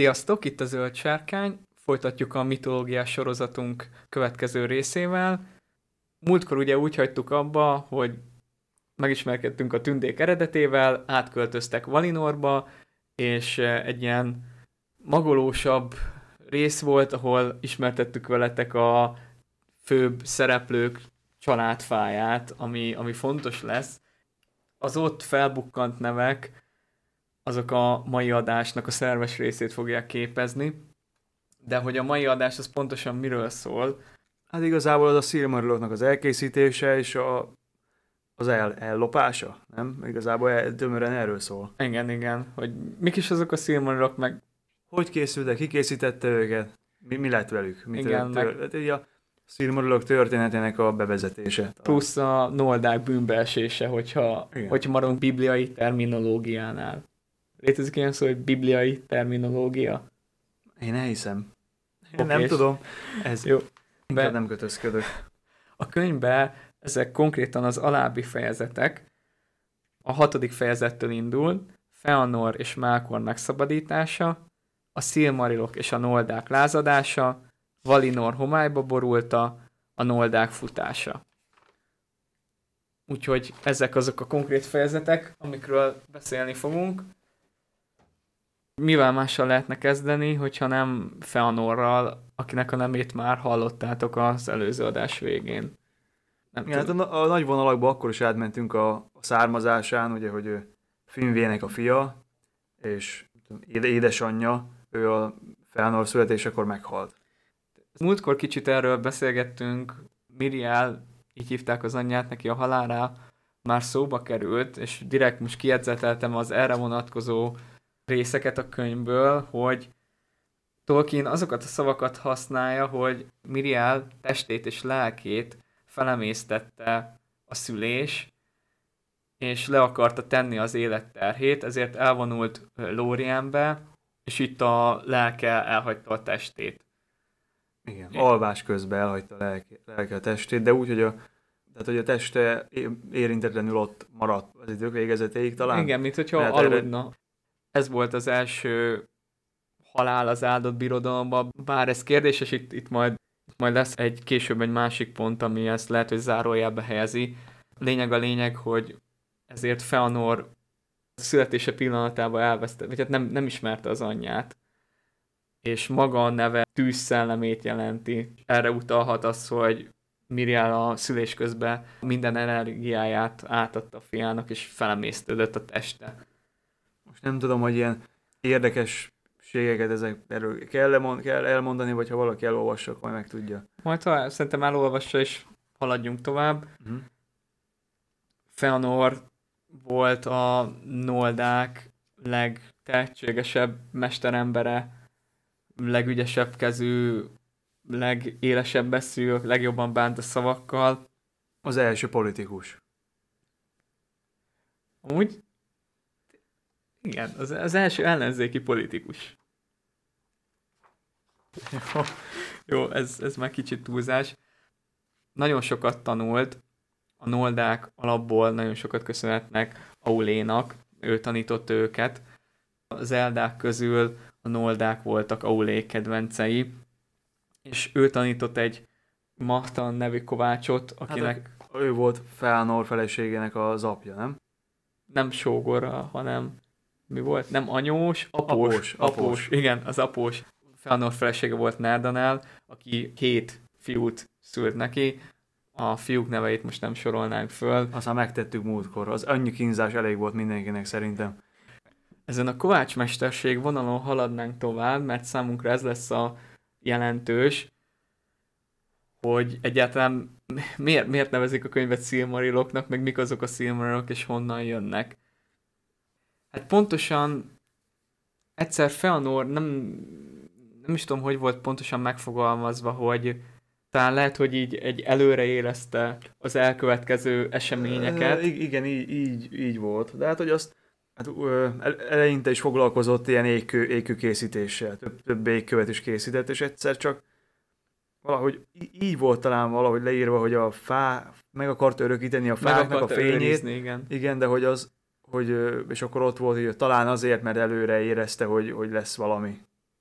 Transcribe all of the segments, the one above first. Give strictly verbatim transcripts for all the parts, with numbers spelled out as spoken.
Sziasztok, itt a Zöld Sárkány. Folytatjuk a mitológiás sorozatunk következő részével. Múltkor ugye úgy hagytuk abba, hogy megismerkedtünk a tündék eredetével, átköltöztek Valinorba, és egy ilyen magolósabb rész volt, ahol ismertettük veletek a főbb szereplők családfáját, ami, ami fontos lesz. Az ott felbukkant nevek, azok a mai adásnak a szerves részét fogják képezni, de hogy a mai adás az pontosan miről szól? Hát igazából az a Silmarilloknak az elkészítése és a, az el, ellopása, nem? Igazából el, tömören erről szól. Igen, igen, hogy mik is azok a Silmarillok, meg... Hogy készültek, ki készítette őket, mi, mi lett velük? Mi igen, tör, meg... tör, a Silmarillok történetének a bevezetése. Plusz a noldák bűnbeesése, hogyha, hogyha maradunk bibliai terminológiánál. Létezik ilyen szó, hogy bibliai terminológia? Én elhiszem. Én okay. nem tudom. Ez jó. Be... nem kötözködök. A könyvben ezek konkrétan az alábbi fejezetek. A hatodik fejezettől indul, Feanor és Melkor megszabadítása, a Silmarillok és a noldák lázadása, Valinor homályba borulta, a noldák futása. Úgyhogy ezek azok a konkrét fejezetek, amikről beszélni fogunk. Mivel mással lehetne kezdeni, hogyha nem Feanorral, akinek a nemét már hallottátok az előző adás végén. Nem ja, hát a, a nagy vonalakban akkor is átmentünk a, a származásán, ugye, hogy ő Finvének a fia, és édesanyja, ő a Feanor születésekor meghalt. Múltkor kicsit erről beszélgettünk, Miriel, így hívták az anyját, neki a halálára már szóba került, és direkt most kijegyzeteltem az erre vonatkozó részeket a könyvből, hogy Tolkien azokat a szavakat használja, hogy Miriel testét és lelkét felemésztette a szülés, és le akarta tenni az életterhét, ezért elvonult Lórienbe, és itt a lelke elhagyta a testét. Igen, é. alvás közben elhagyta a lelke, lelke a testét, de úgy, hogy a, tehát, hogy a teste érintetlenül ott maradt az idők végezetéig talán. Igen, mint hogyha aludna. Erre... Ez volt az első halál az áldott birodalomban, bár ez kérdéses, itt, itt, majd, itt majd lesz egy később egy másik pont, ami ezt lehet, hogy zárójelbe helyezi. Lényeg a lényeg, hogy ezért Feanor születése pillanatában elvesztette, vagy hát nem, nem ismerte az anyját, és maga a neve tűzszellemét jelenti. Erre utalhat az, hogy Miriel a szülés közben minden energiáját átadta a fiának, és felemésztődött a teste. Most nem tudom, hogy ilyen érdekességeket ezek, erről kell, mond, kell elmondani, vagy ha valaki elolvassa, akkor majd meg tudja. Majd ha szerintem elolvassa, és haladjunk tovább. Uh-huh. Feanor volt a noldák legtehetségesebb mesterembere, legügyesebb kezű, legélesebb eszű, legjobban bánt a szavakkal. Az első politikus. Amúgy? Igen, az, az első ellenzéki politikus. Jó, jó ez, ez már kicsit túlzás. Nagyon sokat tanult, a noldák alapból nagyon sokat köszönhetnek Aulénak, ő tanította őket. Az eldák közül a noldák voltak Aulé kedvencei, és ő tanított egy Mahtan nevű kovácsot, akinek... Hát, ő volt Feanor feleségének az apja, nem? Nem sógora, hanem mi volt? Nem anyós, após. Após, após. após. Igen, az após. Feanor felesége volt Nerdanel, aki hét fiút szült neki. A fiúk neveit most nem sorolnánk föl. Aztán megtettük múltkor. Az annyi kínzás elég volt mindenkinek szerintem. Ezen a kovácsmesterség vonalon haladnánk tovább, mert számunkra ez lesz a jelentős, hogy egyáltalán miért, miért nevezik a könyvet Silmarilloknak, meg mik azok a Silmarillok, és honnan jönnek. Hát pontosan egyszer Feanor, nem, nem is tudom, hogy volt pontosan megfogalmazva, hogy talán lehet, hogy így egy előre érezte az elkövetkező eseményeket. E, igen, így, így, így volt. De hát, hogy azt hát, eleinte is foglalkozott ilyen égkő, égkő készítéssel, több, több égkövet is készített, és egyszer csak valahogy így volt talán valahogy leírva, hogy a fá meg akart örökíteni a fáknak a fényét. Őrizni, igen. igen, de hogy az, hogy, és akkor ott volt, hogy talán azért, mert előre érezte, hogy, hogy lesz valami.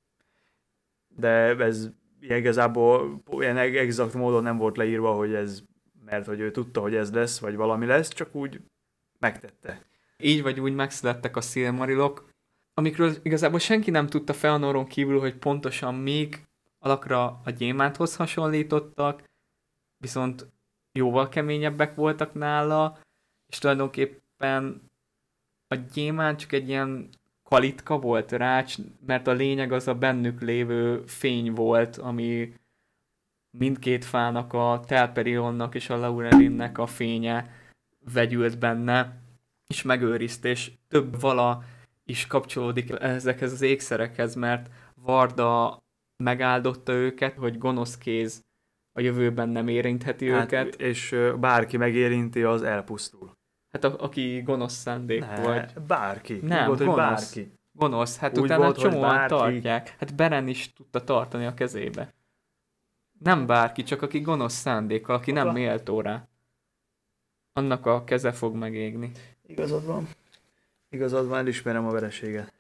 de ez igazából ilyen exakt módon nem volt leírva, hogy ez, mert hogy ő tudta, hogy ez lesz, vagy valami lesz, csak úgy megtette. Így vagy úgy megszülettek a Silmarilok, amikről igazából senki nem tudta Feanoron kívül, hogy pontosan még alakra a gyémánthoz hasonlítottak, viszont jóval keményebbek voltak nála, és tulajdonképpen a gyémánt csak egy ilyen kalitka volt rá, mert a lényeg az a bennük lévő fény volt, ami mindkét fának, a Telperionnak és a Laurelinnek a fénye vegyült benne, és megőrizte, és több vala is kapcsolódik ezekhez az ékszerekhez, mert Varda megáldotta őket, hogy gonosz kéz a jövőben nem érintheti hát, őket. És bárki megérinti, az elpusztul. Hát a, aki gonosz szándék ne, vagy. Bárki. Nem, volt, gonosz. Bárki. Gonosz. Hát úgy utána volt, csomóan bárki... tartják. Hát Beren is tudta tartani a kezébe. Nem bárki, csak aki gonosz szándékkal, aki nem méltó rá. Annak a keze fog megégni. Igazad van. Igazad van, elismerem a vereséget.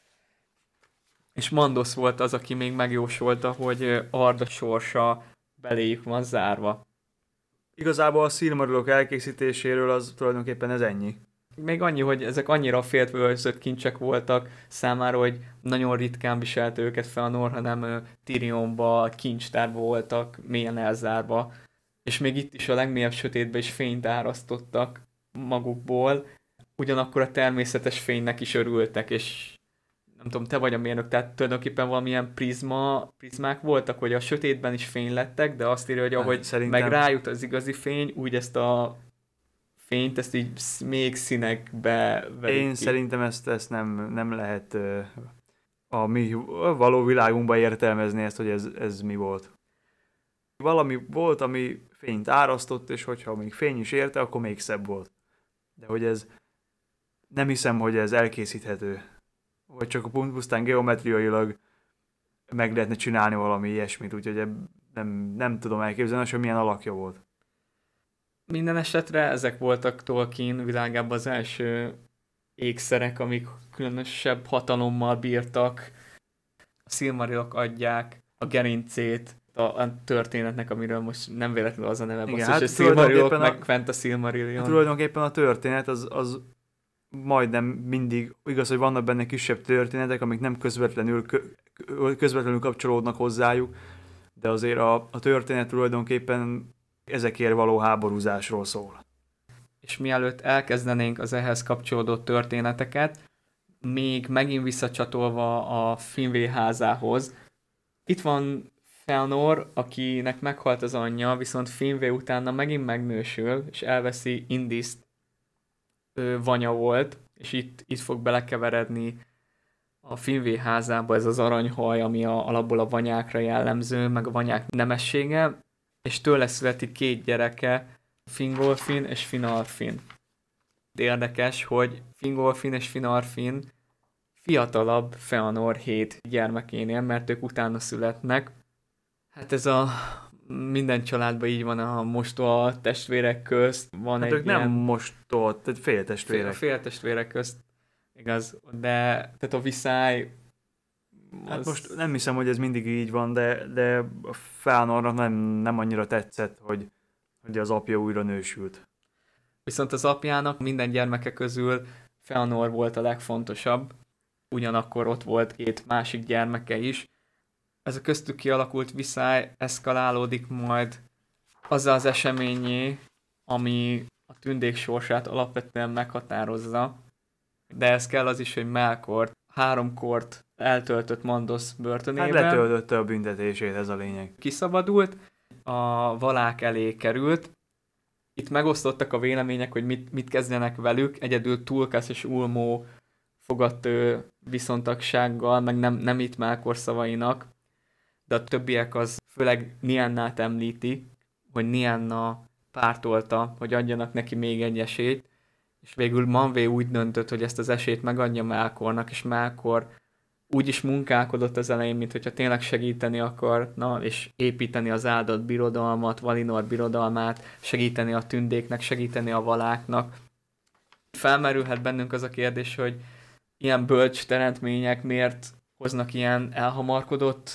És Mandos volt az, aki még megjósolta, hogy Arda sorsa beléjük van zárva. Igazából a Silmarilok elkészítéséről az tulajdonképpen ez ennyi. Még annyi, hogy ezek annyira féltve kincsek voltak számára, hogy nagyon ritkán viselte őket Feanor, hanem Tyrionba, kincstárba voltak, mélyen elzárva. És még itt is a legmélyebb sötétbe is fényt árasztottak magukból, ugyanakkor a természetes fénynek is örültek, és nem tudom, te vagy a mérnök, tehát tulajdonképpen valamilyen prizma, prizmák voltak, hogy a sötétben is fény lettek, de azt írja, hogy ahogy hát, szerintem... meg rájut az igazi fény, úgy ezt a fényt, ezt így még színekbe verik Én ki. Szerintem ezt, ezt nem, nem lehet uh, a mi való világunkban értelmezni ezt, hogy ez, ez mi volt. Valami volt, ami fényt árasztott, és hogyha még fény is érte, akkor még szebb volt. De hogy ez, nem hiszem, hogy ez elkészíthető. Vagy csak a pusztán geometriailag meg lehetne csinálni valami ilyesmit, úgyhogy nem, nem tudom elképzelni, hogy milyen alakja volt. Minden esetre ezek voltak Tolkien világában az első ékszerek, amik különösebb hatalommal bírtak. A Silmarilok adják a gerincét a, a történetnek, amiről most nem véletlenül az a neve, basszus, hát a Silmarilok meg fent a Silmarillion. Tulajdonképpen a történet az, az majdnem mindig, igaz, hogy vannak benne kisebb történetek, amik nem közvetlenül, közvetlenül kapcsolódnak hozzájuk, de azért a, a történet tulajdonképpen ezekért való háborúzásról szól. És mielőtt elkezdenénk az ehhez kapcsolódó történeteket, még megint visszacsatolva a Finwë házához, itt van Feanor, akinek meghalt az anyja, viszont Finwë utána megint megnősül, és elveszi Indist, ő vanya volt, és itt, itt fog belekeveredni a Finwë házába ez az aranyhaj, ami a, alapból a vanyákra jellemző, meg a vanyák nemessége, és tőle születik két gyereke, Fingolfin és Finarfin. Érdekes, hogy Fingolfin és Finarfin fiatalabb Feanor hét gyermekénél, mert ők utána születnek. Hát ez a minden családban így van a mostoha testvérek közt. Van hát egy ők ilyen... nem mostoha, tehát féltestvérek. Fél, féltestvérek közt, igaz. De tehát a viszály... Az... Hát most nem hiszem, hogy ez mindig így van, de, de a Feanornak nem, nem annyira tetszett, hogy, hogy az apja újra nősült. Viszont az apjának minden gyermeke közül Feanor volt a legfontosabb, ugyanakkor ott volt két másik gyermeke is. Ez a köztük kialakult viszály eszkalálódik majd azzal az eseményé, ami a tündék sorsát alapvetően meghatározza. De ez kell az is, hogy Melkor három kort eltöltött Mandos börtönében. Hát letöltötte a büntetését, ez a lényeg. Kiszabadult, a valák elé került. Itt megosztottak a vélemények, hogy mit, mit kezdjenek velük. Egyedül Tulkas és Ulmo fogadt viszontagsággal, meg nem, nem itt Melkor szavainak. De a többiek az főleg Niennát említi, hogy Nienna pártolta, hogy adjanak neki még egy esélyt, és végül Manwë úgy döntött, hogy ezt az esélyt megadja Melkornak, és Melkor úgy is munkálkodott az elején, mint hogyha tényleg segíteni akarna, és építeni az áldott birodalmat, Valinor birodalmát, segíteni a tündéknek, segíteni a valáknak. Felmerülhet bennünk az a kérdés, hogy ilyen bölcs teremtmények miért hoznak ilyen elhamarkodott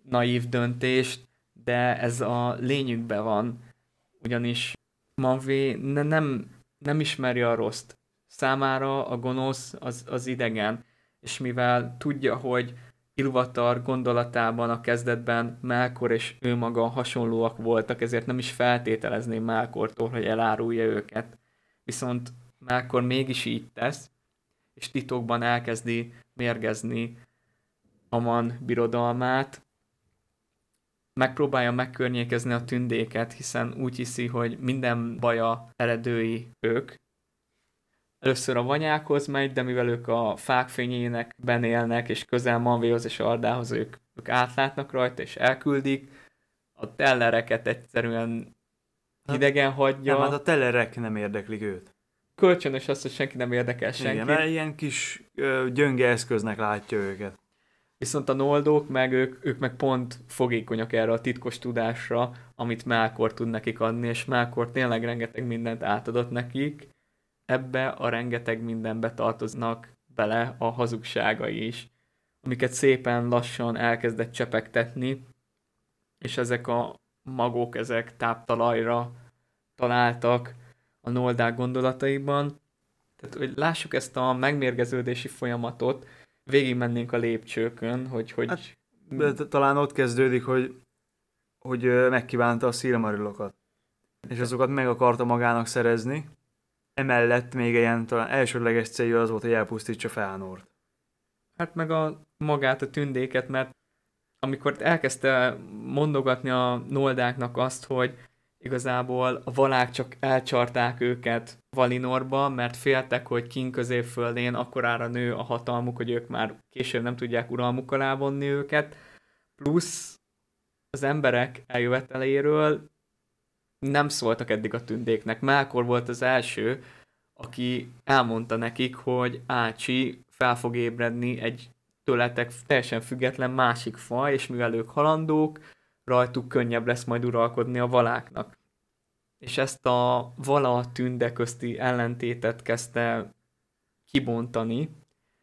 naív döntést, de ez a lényükben van, ugyanis Manvé ne, nem, nem ismeri a rosszt. Számára a gonosz az, az idegen, és mivel tudja, hogy Ilúvatar gondolatában a kezdetben Melkor és ő maga hasonlóak voltak, ezért nem is feltételezném Melkortól, hogy elárulja őket. Viszont Melkor mégis így tesz, és titokban elkezdi mérgezni Aman birodalmát, megpróbálja megkörnyékezni a tündéket, hiszen úgy hiszi, hogy minden baja eredői ők. Először a Vanyákhoz megy, de mivel ők a fák fényének benélnek, és közel Manvéhoz és Ardához, ők, ők átlátnak rajta, és elküldik. A tellereket egyszerűen hidegen hagyja. Nem, hát a tellerek nem érdeklik őt. Kölcsönös az, hogy senki nem érdekel senkit. Igen, mert ilyen kis ö, gyönge eszköznek látja őket. Viszont a noldók meg ők, ők meg pont fogékonyak erre a titkos tudásra, amit Melkor tud nekik adni, és Melkor tényleg rengeteg mindent átadott nekik. Ebbe a rengeteg mindenbe tartoznak bele a hazugságai is, amiket szépen lassan elkezdett csepegtetni, és ezek a magok, ezek táptalajra találtak a noldák gondolataiban. Tehát, hogy lássuk ezt a megmérgeződési folyamatot, végigmennénk a lépcsőkön, hogy... hogy... Hát, talán ott kezdődik, hogy, hogy megkívánta a Silmarilokat, és azokat meg akarta magának szerezni. Emellett még ilyen talán elsődleges célja az volt, hogy elpusztítsa Feanort. Hát meg a magát, a tündéket, mert amikor elkezdte mondogatni a noldáknak azt, hogy igazából a valák csak elcsarták őket Valinorba, mert féltek, hogy Kin középföldén akkorára nő a hatalmuk, hogy ők már később nem tudják uralmuk alá vonni őket, plusz az emberek eljöveteléről nem szóltak eddig a tündéknek. Melkor volt az első, aki elmondta nekik, hogy Ácsi fel fog ébredni egy tőletek teljesen független másik faj, és mivel ők halandók, rajtuk könnyebb lesz majd uralkodni a valáknak. És ezt a vala-tünde közti ellentétet kezdte kibontani,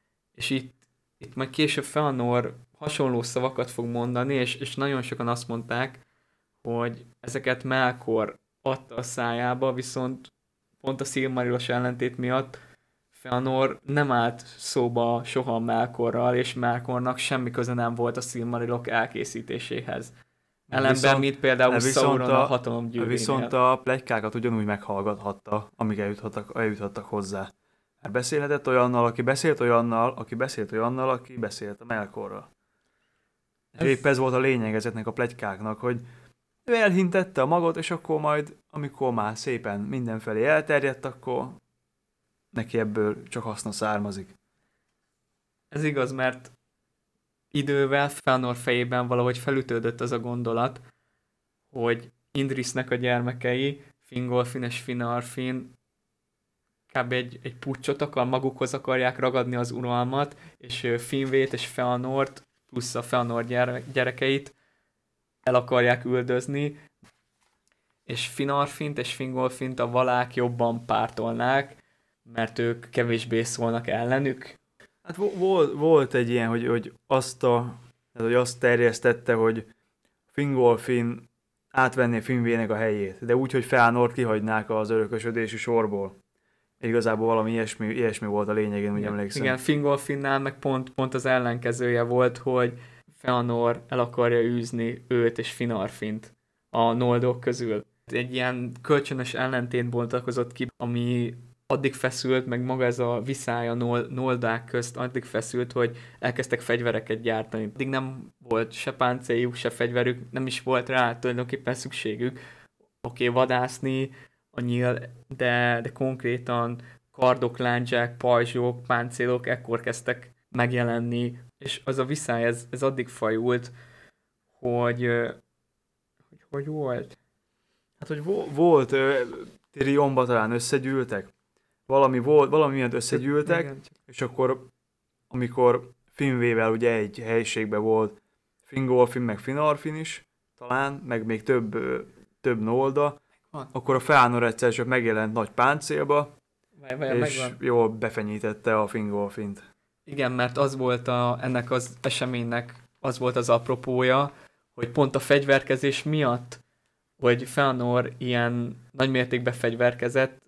és itt, itt majd később Feanor hasonló szavakat fog mondani, és, és nagyon sokan azt mondták, hogy ezeket Melkor adta a szájába, viszont pont a Silmarilos ellentét miatt Feanor nem állt szóba soha Melkorral, és Melkornak semmi köze nem volt a Silmarilok elkészítéséhez. Ellenben, mint például Sauron a, a hatalomgyűrűnél. Viszont a pletykákat ugyanúgy meghallgathatta, amíg eljuthattak, eljuthattak hozzá. Mert beszélhetett olyannal, aki beszélt olyannal, aki beszélt olyannal, aki beszélt a Melkorral. Ez... És épp ez volt a lényeg ezeknek a pletykáknak, hogy ő elhintette a magot, és akkor majd, amikor már szépen mindenfelé elterjedt, akkor neki ebből csak haszna származik. Ez igaz, mert idővel Feanor fejében valahogy felütődött az a gondolat, hogy Indrisnek a gyermekei, Fingolfin és Finarfin kb. egy, egy puccsot akar, magukhoz akarják ragadni az uralmat, és Finvét és Feanort, plusz a Feanor gyere, gyerekeit el akarják üldözni, és Finarfint és Fingolfint a valák jobban pártolnák, mert ők kevésbé szólnak ellenük. Hát volt, volt egy ilyen, hogy, hogy, azt a, hogy azt terjesztette, hogy Fingolfin átvenné Finvének a helyét, de úgy, hogy Feanort kihagynák az örökösödési sorból. Igazából valami ilyesmi, ilyesmi volt a lényeg, én úgy igen, emlékszem. Igen, Fingolfinnál meg pont, pont az ellenkezője volt, hogy Feanor el akarja űzni őt és Finarfint a noldok közül. Egy ilyen kölcsönös ellentét bontakozott ki, ami addig feszült, meg maga ez a viszály a noldák közt addig feszült, hogy elkezdtek fegyvereket gyártani. Addig nem volt se páncéljuk, se fegyverük, nem is volt rá tulajdonképpen szükségük. Oké, okay, vadászni a nyíl, de, de konkrétan kardok, lándzsák, pajzsok, páncélok ekkor kezdtek megjelenni, és az a viszály, ez, ez addig fajult, hogy hogy, hogy volt? Hát, hogy vo- volt, Tyrionba talán összegyűltek, valami volt, valami miatt összegyűltek, igen, és akkor, amikor Finvével ugye egy helyiségben volt Fingolfin, meg Finarfin is, talán, meg még több, több nolda, megvan. Akkor a Feanor egyszer csak megjelent nagy páncélba, Vaj, vaj, és megvan. Jól befenyítette a Fingolfint. Igen, mert az volt a, ennek az eseménynek, az volt az apropója, hogy pont a fegyverkezés miatt, hogy Feanor ilyen nagymértékben fegyverkezett,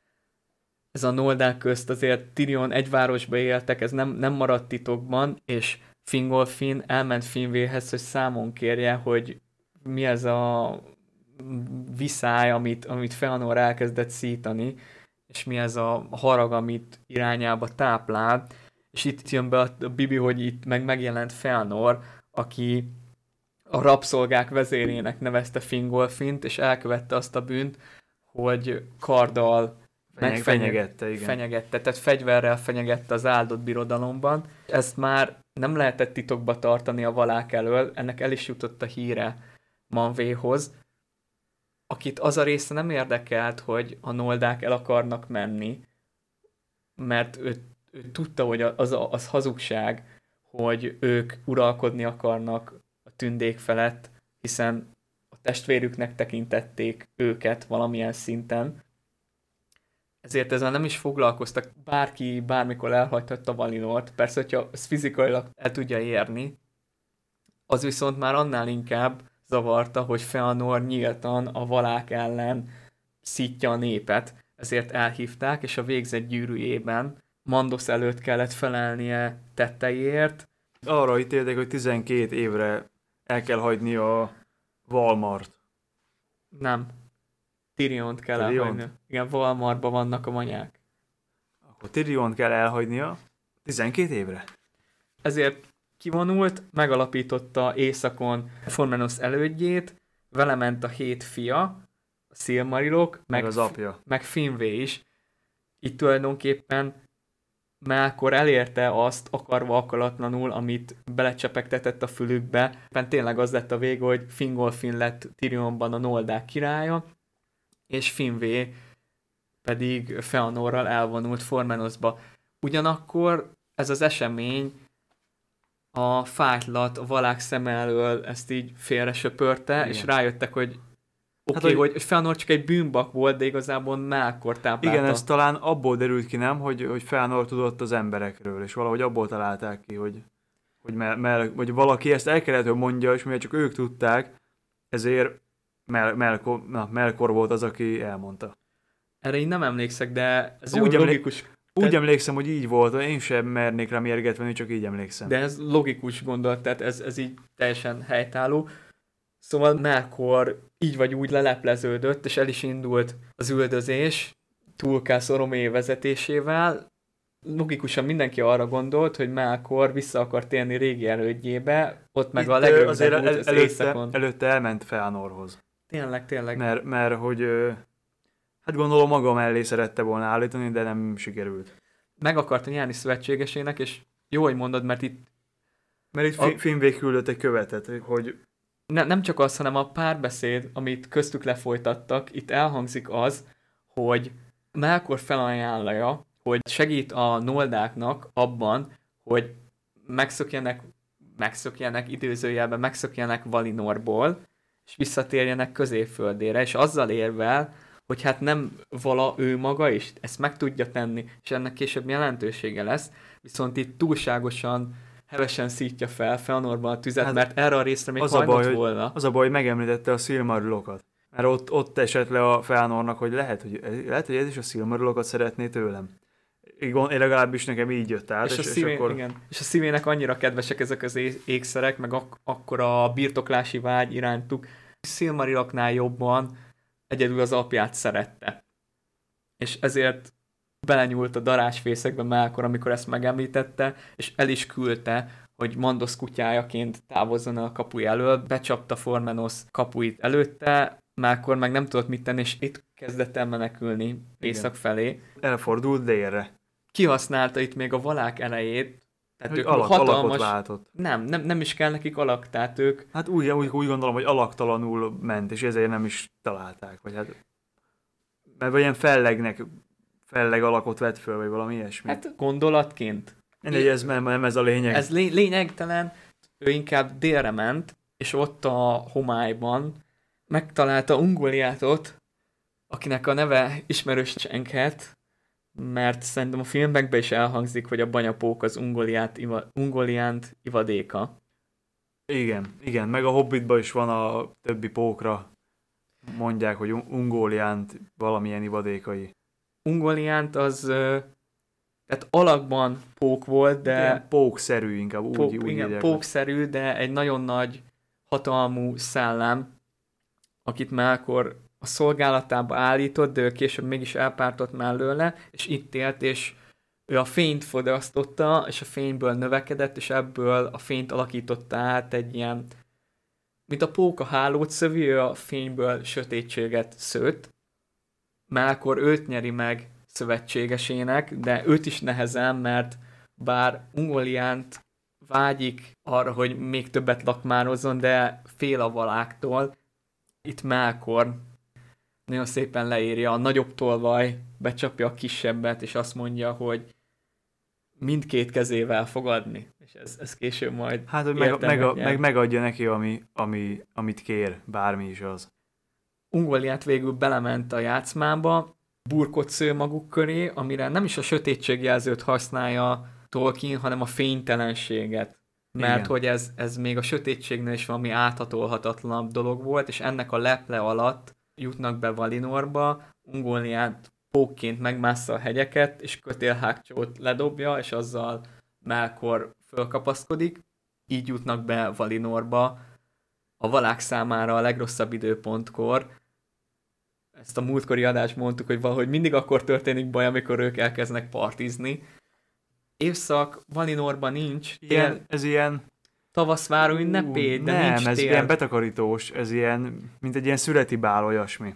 ez a noldák közt azért Tyrion egy városba éltek, ez nem, nem maradt titokban, és Fingolfin elment Finwëhez, hogy számon kérje, hogy mi ez a viszály, amit, amit Feanor elkezdett szítani, és mi ez a harag, amit irányába táplál, és itt jön be a, a Bibi, hogy itt meg megjelent Feanor, aki a rabszolgák vezérének nevezte Fingolfint, és elkövette azt a bűnt, hogy karddal Fenyeg, fenyegette, igen. fenyegette, tehát fegyverrel fenyegette az áldott birodalomban. Ezt már nem lehetett titokba tartani a valák elől, ennek el is jutott a híre Manwëhoz, akit az a része nem érdekelt, hogy a noldák el akarnak menni, mert ő, ő tudta, hogy az, az hazugság, hogy ők uralkodni akarnak a tündék felett, hiszen a testvérüknek tekintették őket valamilyen szinten. Ezért ezzel nem is foglalkoztak. Bárki bármikor elhagyhatta Valinort. Persze, hogyha ez fizikailag el tudja érni, az viszont már annál inkább zavarta, hogy Feanor nyíltan a valák ellen szítja a népet. Ezért elhívták, és a végzett gyűrűjében Mandos előtt kellett felelnie tetteiért. Arra ítélték, hogy tizenkét évre el kell hagyni a Valmart. Nem. Tyriont kell Tyriont? elhagyni. Igen, Valmarban vannak a manyák. Akkor Tyriont kell elhagynia tizenkét évre? Ezért kivonult, megalapította északon Formenos elődjét, vele ment a hét fia, a Silmarilok, meg, Meg az apja. meg Finwë is. Itt tulajdonképpen Melkor elérte azt, akarva akaratlanul, amit belecsepegtetett a fülükbe. Tényleg az lett a vége, hogy Fingolfin lett Tyrionban a noldák királya, és Finwë pedig Feanorral elvonult Formenosba. Ugyanakkor ez az esemény a fájtlat, a valák szeme elől ezt így félre söpörte, igen. És rájöttek, hogy oké, okay, hát, hogy, hogy Feanor csak egy bűnbak volt, de igazából Melkor táplálta. Igen, ez talán abból derült ki, nem, hogy, hogy Feanor tudott az emberekről, és valahogy abból találták ki, hogy, hogy, mel, mel, hogy valaki ezt el kellett, hogy mondja, és mivel csak ők tudták, ezért Mel, Melkor, na, Melkor volt az, aki elmondta. Erre én nem emlékszek, de ez úgy logikus. Emlé- úgy te... emlékszem, hogy így volt, én sem mernék rá mérget venni, csak így emlékszem. De ez logikus gondolat, tehát ez, ez így teljesen helytálló. Szóval Melkor így vagy úgy lelepleződött, és el is indult az üldözés Tulkász Oromé vezetésével. Logikusan mindenki arra gondolt, hogy Melkor vissza akar térni régi elődjébe, ott meg itt a legrövidebb azért út az előtte, északon. Előtte elment Feanorhoz. Tényleg, tényleg. Mert, mert hogy, hát gondolom maga mellé szerette volna állítani, de nem sikerült. Meg akarta nyerni szövetségesének, és jó, hogy mondod, mert itt... Mert itt a... Finwë küldött egy követet, hogy... Ne, nem csak az, hanem a párbeszéd, amit köztük lefolytattak, itt elhangzik az, hogy Melkor felajánlja, hogy segít a noldáknak abban, hogy megszökjenek, megszökjenek időzőjelben, megszökjenek Valinorból, és visszatérjenek Középföldére, és azzal érvel, hogy hát nem vala ő maga is, ezt meg tudja tenni, és ennek később jelentősége lesz, viszont itt túlságosan hevesen szítja fel Feanorban a tüzet, hát mert erre a részre még hajlott volna. Az a baj, hogy megemlítette a Silmarilokat. Mert ott, ott esett le a Feanornak, hogy lehet, hogy, lehet, hogy ez is a Silmarilokat szeretné tőlem. Én legalábbis nekem így jött át. És, és, a, szívé, és, akkor... igen. és a szívének annyira kedvesek ezek az ékszerek, meg ak- akkor a birtoklási vágy irántuk. Silmariloknál jobban egyedül az apját szerette. És ezért belenyúlt a darásfészekbe Melkor, amikor ezt megemlítette, és el is küldte, hogy Mandos kutyájaként távozzon el a kapuj elől, becsapta Formenos kapuit előtte, Melkor meg nem tudott mit tenni, és itt kezdett el menekülni észak felé. Elfordult délre. Kihasználta itt még a valák elejét, tehát hogy ők alak, hatalmas... váltott. Nem, nem, nem is kell nekik alak, tehát ők... Hát úgy, úgy, úgy gondolom, hogy alaktalanul ment, és ezért nem is találták. Vagy hát... Mert ilyen fellegnek, felleg alakot vett föl, vagy valami ilyesmi. Hát gondolatként. Mindegy, ez nem, nem ez a lényeg. Ez lé- lényegtelen. Ő inkább délre ment, és ott a homályban megtalálta Ungoliátot, akinek a neve ismerős csenket, mert szerintem a filmekben is elhangzik, hogy a banyapók az Ungoliát, iva, Ungoliánt ivadéka. Igen, igen, meg a Hobbitban is van a többi pókra, mondják, hogy Ungoliánt valamilyen ivadékai. Ungoliánt az, ö, tehát alakban pók volt, de... Ilyen pókszerű inkább, úgy, pók, úgy igen, írják. pókszerű, de egy nagyon nagy hatalmú szellem, akit már akkor a szolgálatába állított, de ő később mégis elpártott mellőle, és itt élt, és ő a fényt fogyasztotta, és a fényből növekedett, és ebből a fényt alakította át egy ilyen, mint a póka hálót szövi, ő a fényből sötétséget szőtt, mert akkor őt nyeri meg szövetségesének, de őt is nehezen, mert bár Ungoliánt vágyik arra, hogy még többet lakmározzon, de fél a valáktól. Itt Melkor nagyon szépen leírja, a nagyobb tolvaj becsapja a kisebbet, és azt mondja, hogy mindkét kezével fogadni. És ez, ez később majd Hát, hogy meg, meg, meg, megadja neki, ami, ami, amit kér, bármi is az. Ungoliát végül belement a játszmába, burkot sző maguk köré, amire nem is a sötétségjelzőt használja Tolkien, hanem a fénytelenséget. Mert igen, hogy ez, ez még a sötétségnél is valami áthatolhatatlanabb dolog volt, és ennek a leple alatt jutnak be Valinorba, Ungoliát pókként megmássza a hegyeket, és kötélhágcsót ledobja, és azzal Melkor fölkapaszkodik, így jutnak be Valinorba, a valák számára a legrosszabb időpontkor. Ezt a múltkori adást mondtuk, hogy valahogy mindig akkor történik baj, amikor ők elkezdenek partizni. Évszak Valinorban nincs. Ilyen, tél, ez ilyen... Tavaszváró ünnepé, de nem, nincs ez tél. ilyen betakarítós, ez ilyen, mint egy ilyen születi bál, olyasmi.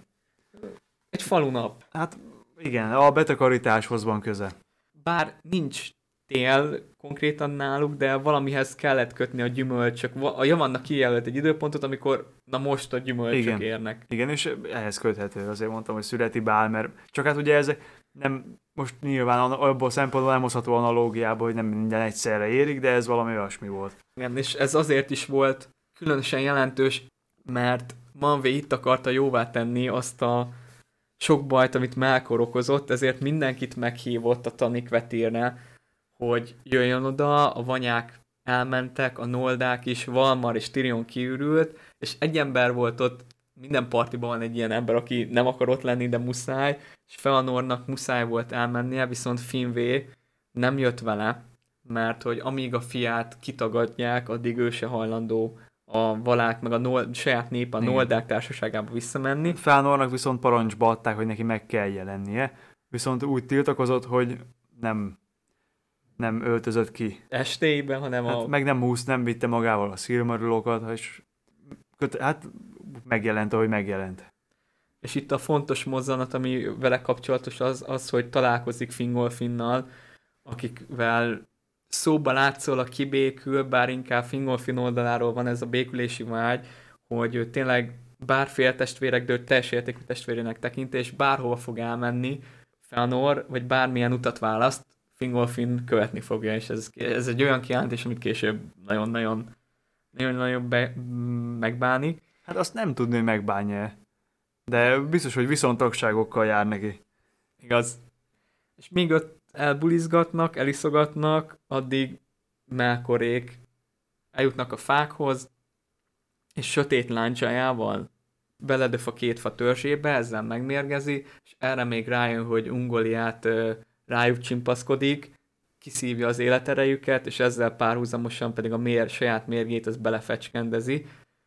Egy falunap. Hát igen, a betakarításhoz van köze. Bár nincs tél konkrétan náluk, de valamihez kellett kötni a gyümölcsök. Ja, vannak kijelölt egy időpontot, amikor na most a gyümölcsök igen, érnek. Igen, és ehhez köthető, azért mondtam, hogy születi bál, mert csak hát ugye ez nem, most nyilván abból a szempontból nem hozható analógiából, hogy nem minden egyszerre érik, de ez valami olyasmi volt. Igen, és ez azért is volt különösen jelentős, mert Manwë itt akarta jóvá tenni azt a sok bajt, amit Melkor okozott, ezért mindenkit meghívott a Tanikvetírne, hogy jöjjön oda, a vanyák elmentek, a noldák is, Valmar és Tirion kiürült, és egy ember volt ott, minden partiban van egy ilyen ember, aki nem akar ott lenni, de muszáj, és Fëanornak muszáj volt elmennie, viszont Finwë nem jött vele, mert hogy amíg a fiát kitagadják, addig ő se hajlandó a valák, meg a nold, saját nép, a igen, noldák társaságába visszamenni. Fëanornak viszont parancsba adták, hogy neki meg kell jelennie, viszont úgy tiltakozott, hogy nem, nem öltözött ki. Estéiben, hanem hát a... meg nem húsz, nem vitte magával a Silmarillokat, és köt, hát megjelent, ahogy megjelent. És itt a fontos mozzanat, ami vele kapcsolatos az, az hogy találkozik Fingolfinnal, akikvel szóba látszol a kibékül, bár inkább Fingolfin oldaláról van ez a békülési vágy, hogy ő tényleg bár féltestvérek, de ő teljes értékű testvérének tekint, és bárhova fog elmenni Fëanor, vagy bármilyen utat választ, Fingolfin követni fogja, és ez, ez egy olyan kijelentés, amit később nagyon-nagyon nagyon-nagyon be, megbánik. Hát azt nem tudni, hogy megbánja, de biztos, hogy viszontagságokkal jár neki. Igaz. És míg ott elbulizgatnak, eliszogatnak, addig Melkorék eljutnak a fákhoz, és sötét láncsájával beledöf a két fa törzsébe, ezzel megmérgezi, és erre még rájön, hogy Ungoliát uh, rájuk csimpaszkodik, kiszívja az életerejüket, és ezzel párhuzamosan pedig a mér, saját mérgét az belefecskendezi,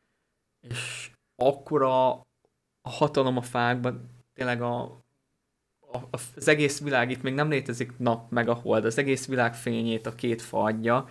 és akkora a hatalom a fákban, tényleg a, a, az egész világ, itt még nem létezik nap meg a hold, az egész világ fényét a két fa adja,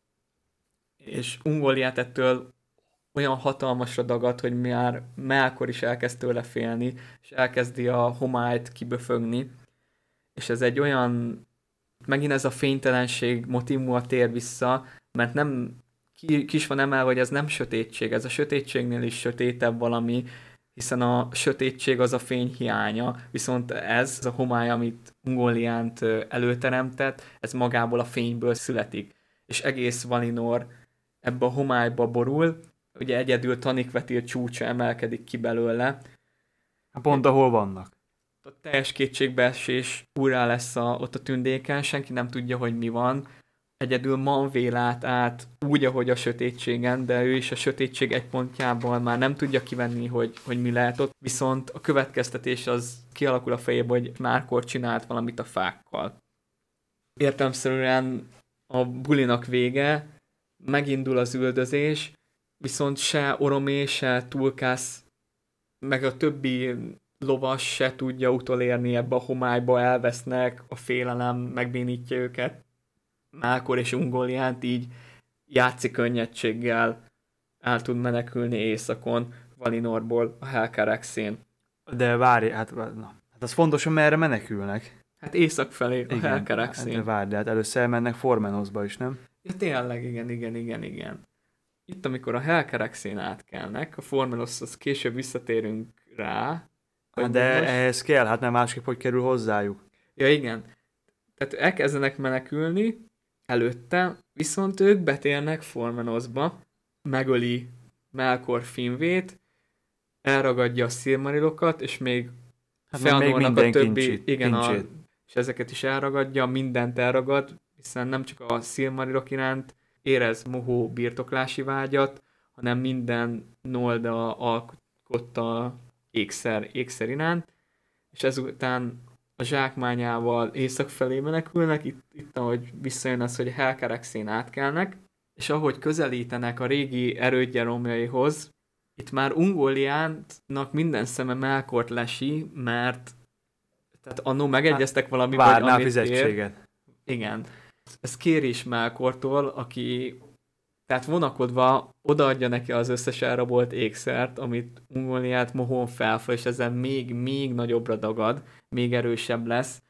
és Ungoliát ettől olyan hatalmasra dagad, hogy már Melkor is elkezd tőle félni, és elkezdi a homályt kiböfögni, és ez egy olyan, megint ez a fénytelenség motívuma tér vissza, mert nem ki, ki is van emelve, hogy ez nem sötétség, ez a sötétségnél is sötétebb valami, hiszen a sötétség az a fény hiánya, viszont ez, ez a homály, amit Ungoliánt előteremtett, ez magából a fényből születik, és egész Valinor ebbe a homályba borul, ugye egyedül Tanikvetír csúcsa emelkedik ki belőle. Pont ahol vannak. A teljes kétségbeesés úrrá lesz a, ott a tündéken, senki nem tudja, hogy mi van. egyedül Manvé lát át úgy, ahogy a sötétségen, de ő is a sötétség egy pontjából már nem tudja kivenni, hogy, hogy mi lehet ott, viszont a következtetés az kialakul a fejében, hogy Melkor csinált valamit a fákkal. Értelemszerűen a bulinak vége, megindul az üldözés, viszont se Oromé, se Tulkász, meg a többi lovas se tudja utolérni ebbe a homályba, elvesznek, a félelem megbénítja őket. Melkor és Ungoliant így játszik könnyedséggel el tud menekülni északon, Valinorból, a Helcaraxén. De várj, hát, na, hát az fontos, hogy merre menekülnek. Hát észak felé, a Helcaraxén. Hát várj, de hát először elmennek Formenosba is, nem? Ja, tényleg, igen, igen, igen, igen. Itt, amikor a Helcaraxén átkelnek, a Formenos, az később visszatérünk rá. Hát de most... ehhez kell, hát nem másképp, hogy kerül hozzájuk. Ja, igen. Tehát elkezdenek menekülni előtte, viszont ők betérnek Formenosba, megöli Melkor Finvét, elragadja a Silmarilokat, és még hát Feanornak a többi, kincsét, igen, kincsét. A, és ezeket is elragadja, mindent elragad, hiszen nem csak a Silmarilok iránt érez mohó birtoklási vágyat, hanem minden Nolda alkotta ékszer, ékszer iránt, és ezután a zsákmányával észak felé menekülnek, itt, itt ahogy visszajön az, hogy a Helcaraxén átkelnek, és ahogy közelítenek a régi erődje romjaihoz, itt már Ungoliantnak minden szeme Melkort lesi, mert tehát annó megegyeztek valami, várná a fizetséget. Ér. Igen. Ez kér is Melkortól, aki tehát vonakodva odaadja neki az összes elrabolt ékszert, amit Ungoliant mohón felfel, és ezen még, még nagyobbra dagad, még erősebb lesz.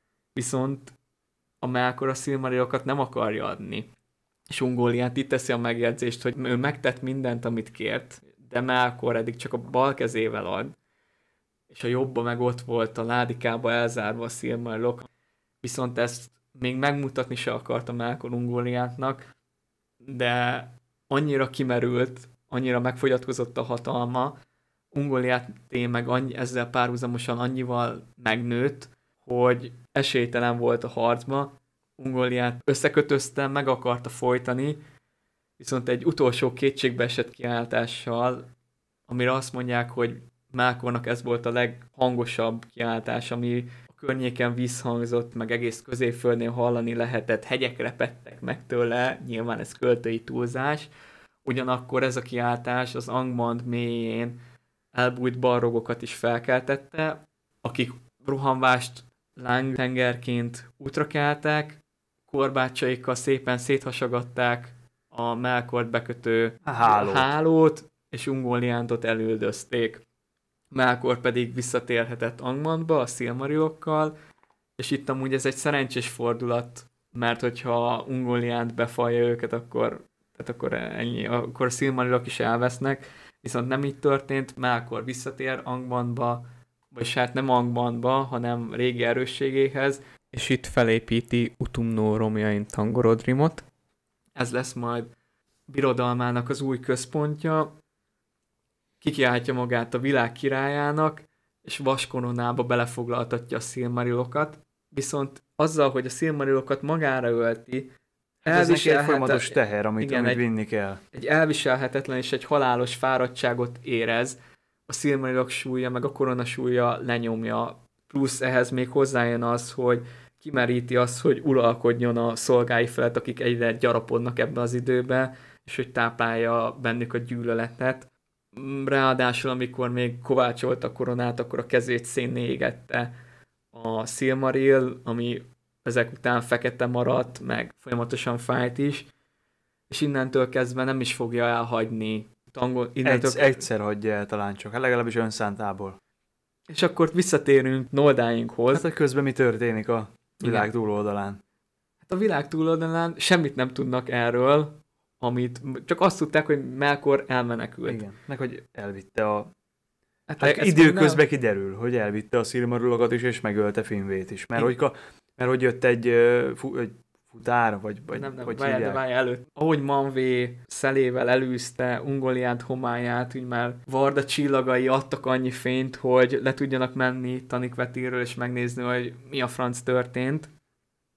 Viszont a Melkor a Silmarilokat nem akarja adni. És Ungoliant itt teszi a megjegyzést, hogy ő megtett mindent, amit kért, de Melkor eddig csak a bal kezével ad, és a jobba meg ott volt a ládikába elzárva a Silmarilok. Viszont ezt még megmutatni se akarta Melkor Ungoliantnak, de annyira kimerült, annyira megfogyatkozott a hatalma, Ungolianté meg annyi, ezzel párhuzamosan annyival megnőtt, hogy esélytelen volt a harcba. Ungoliant összekötözte, meg akarta folytani, viszont egy utolsó kétségbeesett kiáltással, amire azt mondják, hogy Melkornak ez volt a leghangosabb kiáltás, ami a környéken visszhangzott, meg egész Középföldnél hallani lehetett, hegyek repedtek meg tőle, nyilván ez költői túlzás. Ugyanakkor ez a kiáltás az Angmand mélyén elbújt balrogokat is felkeltette, akik rohanvást lángtengerként útra keltek, korbácsaikkal szépen széthasagatták a Melkort bekötő hálót, hálót és Ungoliantot elüldözték. Melkor pedig visszatérhetett Angmandba a Silmarilokkal, és itt amúgy ez egy szerencsés fordulat, mert hogyha Ungoliant befalja őket, akkor, tehát akkor ennyi, akkor a Silmarilok is elvesznek, viszont nem így történt, Melkor visszatér Angmandba, vagy hát nem Angmandba, hanem régi erősségéhez, és itt felépíti Utumno romjain Tangorodrimot. Ez lesz majd birodalmának az új központja, kikiáltja magát a világ királyának, és vaskoronába belefoglaltatja a Silmarilokat, viszont azzal, hogy a Silmarilokat magára ölti, ez neki egy folyamatos teher, amit, igen, amit egy, vinni kell. Egy elviselhetetlen és egy halálos fáradtságot érez, a Silmarilok súlya, meg a korona súlya lenyomja, plusz ehhez még hozzájön az, hogy kimeríti azt, hogy uralkodjon a szolgái felett, akik egyre gyarapodnak ebbe az időbe, és hogy táplálja bennük a gyűlöletet. Ráadásul, amikor még kovácsolta a koronát, akkor a kezét szénné égette a Silmaril, ami ezek után fekete maradt, meg folyamatosan fájt is, és innentől kezdve nem is fogja elhagyni. Tangol, innentől... Egy, egyszer hagyja el talán csak, hát legalábbis önszántából. És akkor visszatérünk Noldáinkhoz. Hát, hogy közben mi történik a világ igen. túloldalán? Hát a világ túloldalán semmit nem tudnak erről, amit csak azt tudták, hogy Melkor elmenekült. Igen, meg hogy elvitte a... Hát, hát időközben nem... kiderül, hogy elvitte a Silmarilokat is, és megölte Finvét is. Mert, hogy, mert hogy jött egy, uh, egy futár, vagy, vagy nem, nem, hogy várjál, de várjál előtt. Ahogy Manvé szelével elűzte Ungoliant homályát, úgy már Varda csillagai adtak annyi fényt, hogy le tudjanak menni Tanikvetirről, és megnézni, hogy mi a franc történt.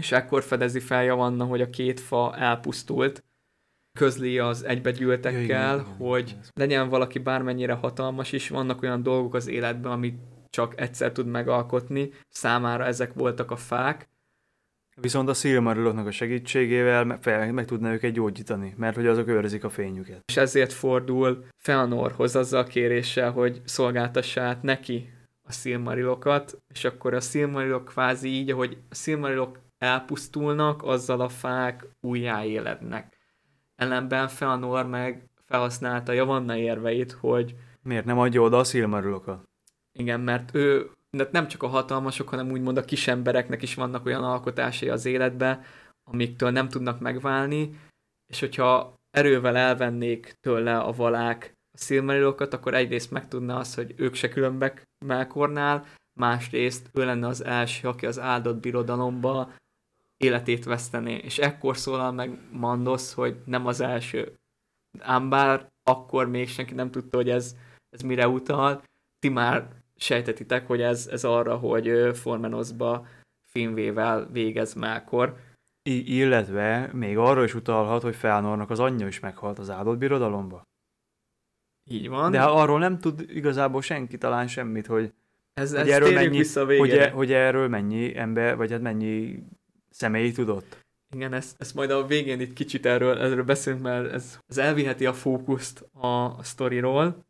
és ekkor fedezi fel Javanna, hogy a két fa elpusztult. Közli az egybegyűltekkel, ja, igen, igen, hogy igen. Legyen valaki bármennyire hatalmas is, vannak olyan dolgok az életben, amit csak egyszer tud megalkotni, számára ezek voltak a fák. Viszont a Silmarilloknak a segítségével meg, meg tudná őket gyógyítani, mert hogy azok őrzik a fényüket. És ezért fordul Feanorhoz azzal a kéréssel, hogy szolgáltassa át neki a Silmarillokat, és akkor a Silmarillok kvázi így, ahogy a Silmarillok elpusztulnak, azzal a fák újjáélednek. Ellenben Feanor meg felhasználta Javanna érveit, hogy... Miért nem adja oda a Silmarillokat? Igen, mert ő de nem csak a hatalmasok, hanem úgymond a kis embereknek is vannak olyan alkotásai az életben, amiktől nem tudnak megválni, és hogyha erővel elvennék tőle a valák a Silmarillokat, akkor egyrészt megtudná azt, hogy ők se különbek Melkornál, másrészt ő lenne az első, aki az áldott birodalomba életét vesztené. És ekkor szólal meg Mandos, hogy nem az első. Ám bár akkor még senki nem tudta, hogy ez, ez mire utal, ti már sejtetitek, hogy ez, ez arra, hogy Formenosba Finvével végez Melkor. I- illetve még arra is utalhat, hogy Feanornak az anyja is meghalt az áldott birodalomba. Így van. De arról nem tud igazából senki talán semmit, hogy, ez, hogy, ez erről, mennyi, hogy, e, hogy erről mennyi ember, vagy hát mennyi személy tudott. Igen, ezt, ezt majd a végén itt kicsit erről, erről beszélünk, mert ez, ez elviheti a fókuszt a, a sztoriról,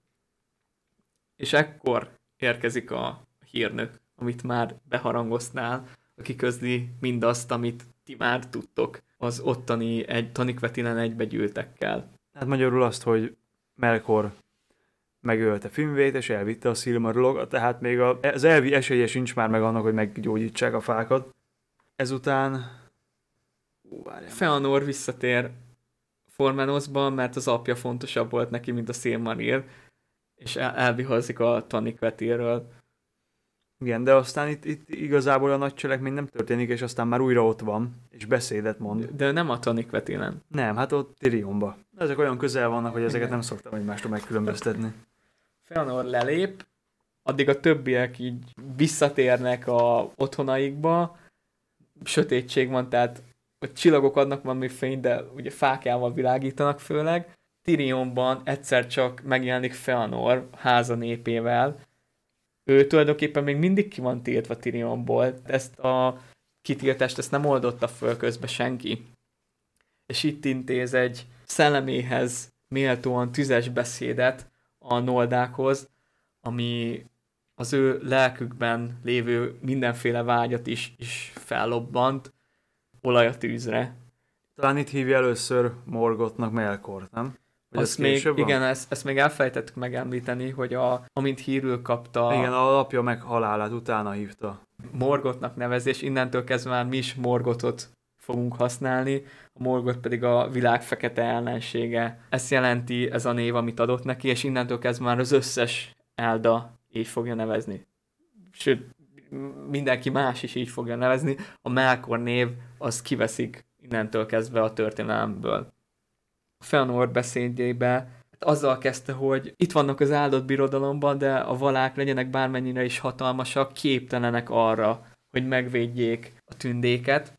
és ekkor érkezik a hírnök, amit már beharangoztál, aki közli mindazt, amit ti már tudtok az ottani egy, Tanikvetilen egybegyűltekkel. Hát magyarul azt, hogy Melkor megölte Finvét, és elvitte a Silmarillokat, tehát még az elvi esélye sincs már meg annak, hogy meggyógyítsák a fákat. Ezután... Feanor visszatér Formenosba, mert az apja fontosabb volt neki, mint a Silmaril, és el- elvihazik a Tanikvetilről. Igen, de aztán itt, itt igazából a nagy cselekmény nem történik, és aztán már újra ott van, és beszédet mond. De nem a Tanikvetilen. Nem, hát ott Tyrionba. Ezek olyan közel vannak, hogy ezeket nem szoktam egymástól megkülönböztetni. Feanor lelép, addig a többiek így visszatérnek a otthonaikba, sötétség van, tehát hogy csillagok adnak valami fényt, de ugye fákjával világítanak főleg. Tyrionban egyszer csak megjelenik Feanor háza népével. Ő tulajdonképpen még mindig ki van tiltva Tyrionból. Ezt a kitiltást ezt nem oldotta föl közben senki. És itt intéz egy szelleméhez méltóan tüzes beszédet a noldákhoz, ami az ő lelkükben lévő mindenféle vágyat is, is fellobbant, olaj a tűzre. Talán itt hívja először Morgothnak Melkort, nem? Azt még, igen, ezt, ezt még elfelejtettük megemlíteni, hogy a, amint hírül kapta... Igen, a apja meg halálát utána hívta. Morgothnak nevezés, innentől kezdve már mi is Morgothot fogunk használni, a Morgoth pedig a világ fekete ellensége. Ezt jelenti ez a név, amit adott neki, és innentől kezdve már az összes Elda így fogja nevezni. Sőt, mindenki más is így fogja nevezni. A Melkor név, az kiveszik innentől kezdve a történelemből. Feanor beszédjébe azzal kezdte, hogy itt vannak az áldott birodalomban, de a valák legyenek bármennyire is hatalmasak, képtelenek arra, hogy megvédjék a tündéket.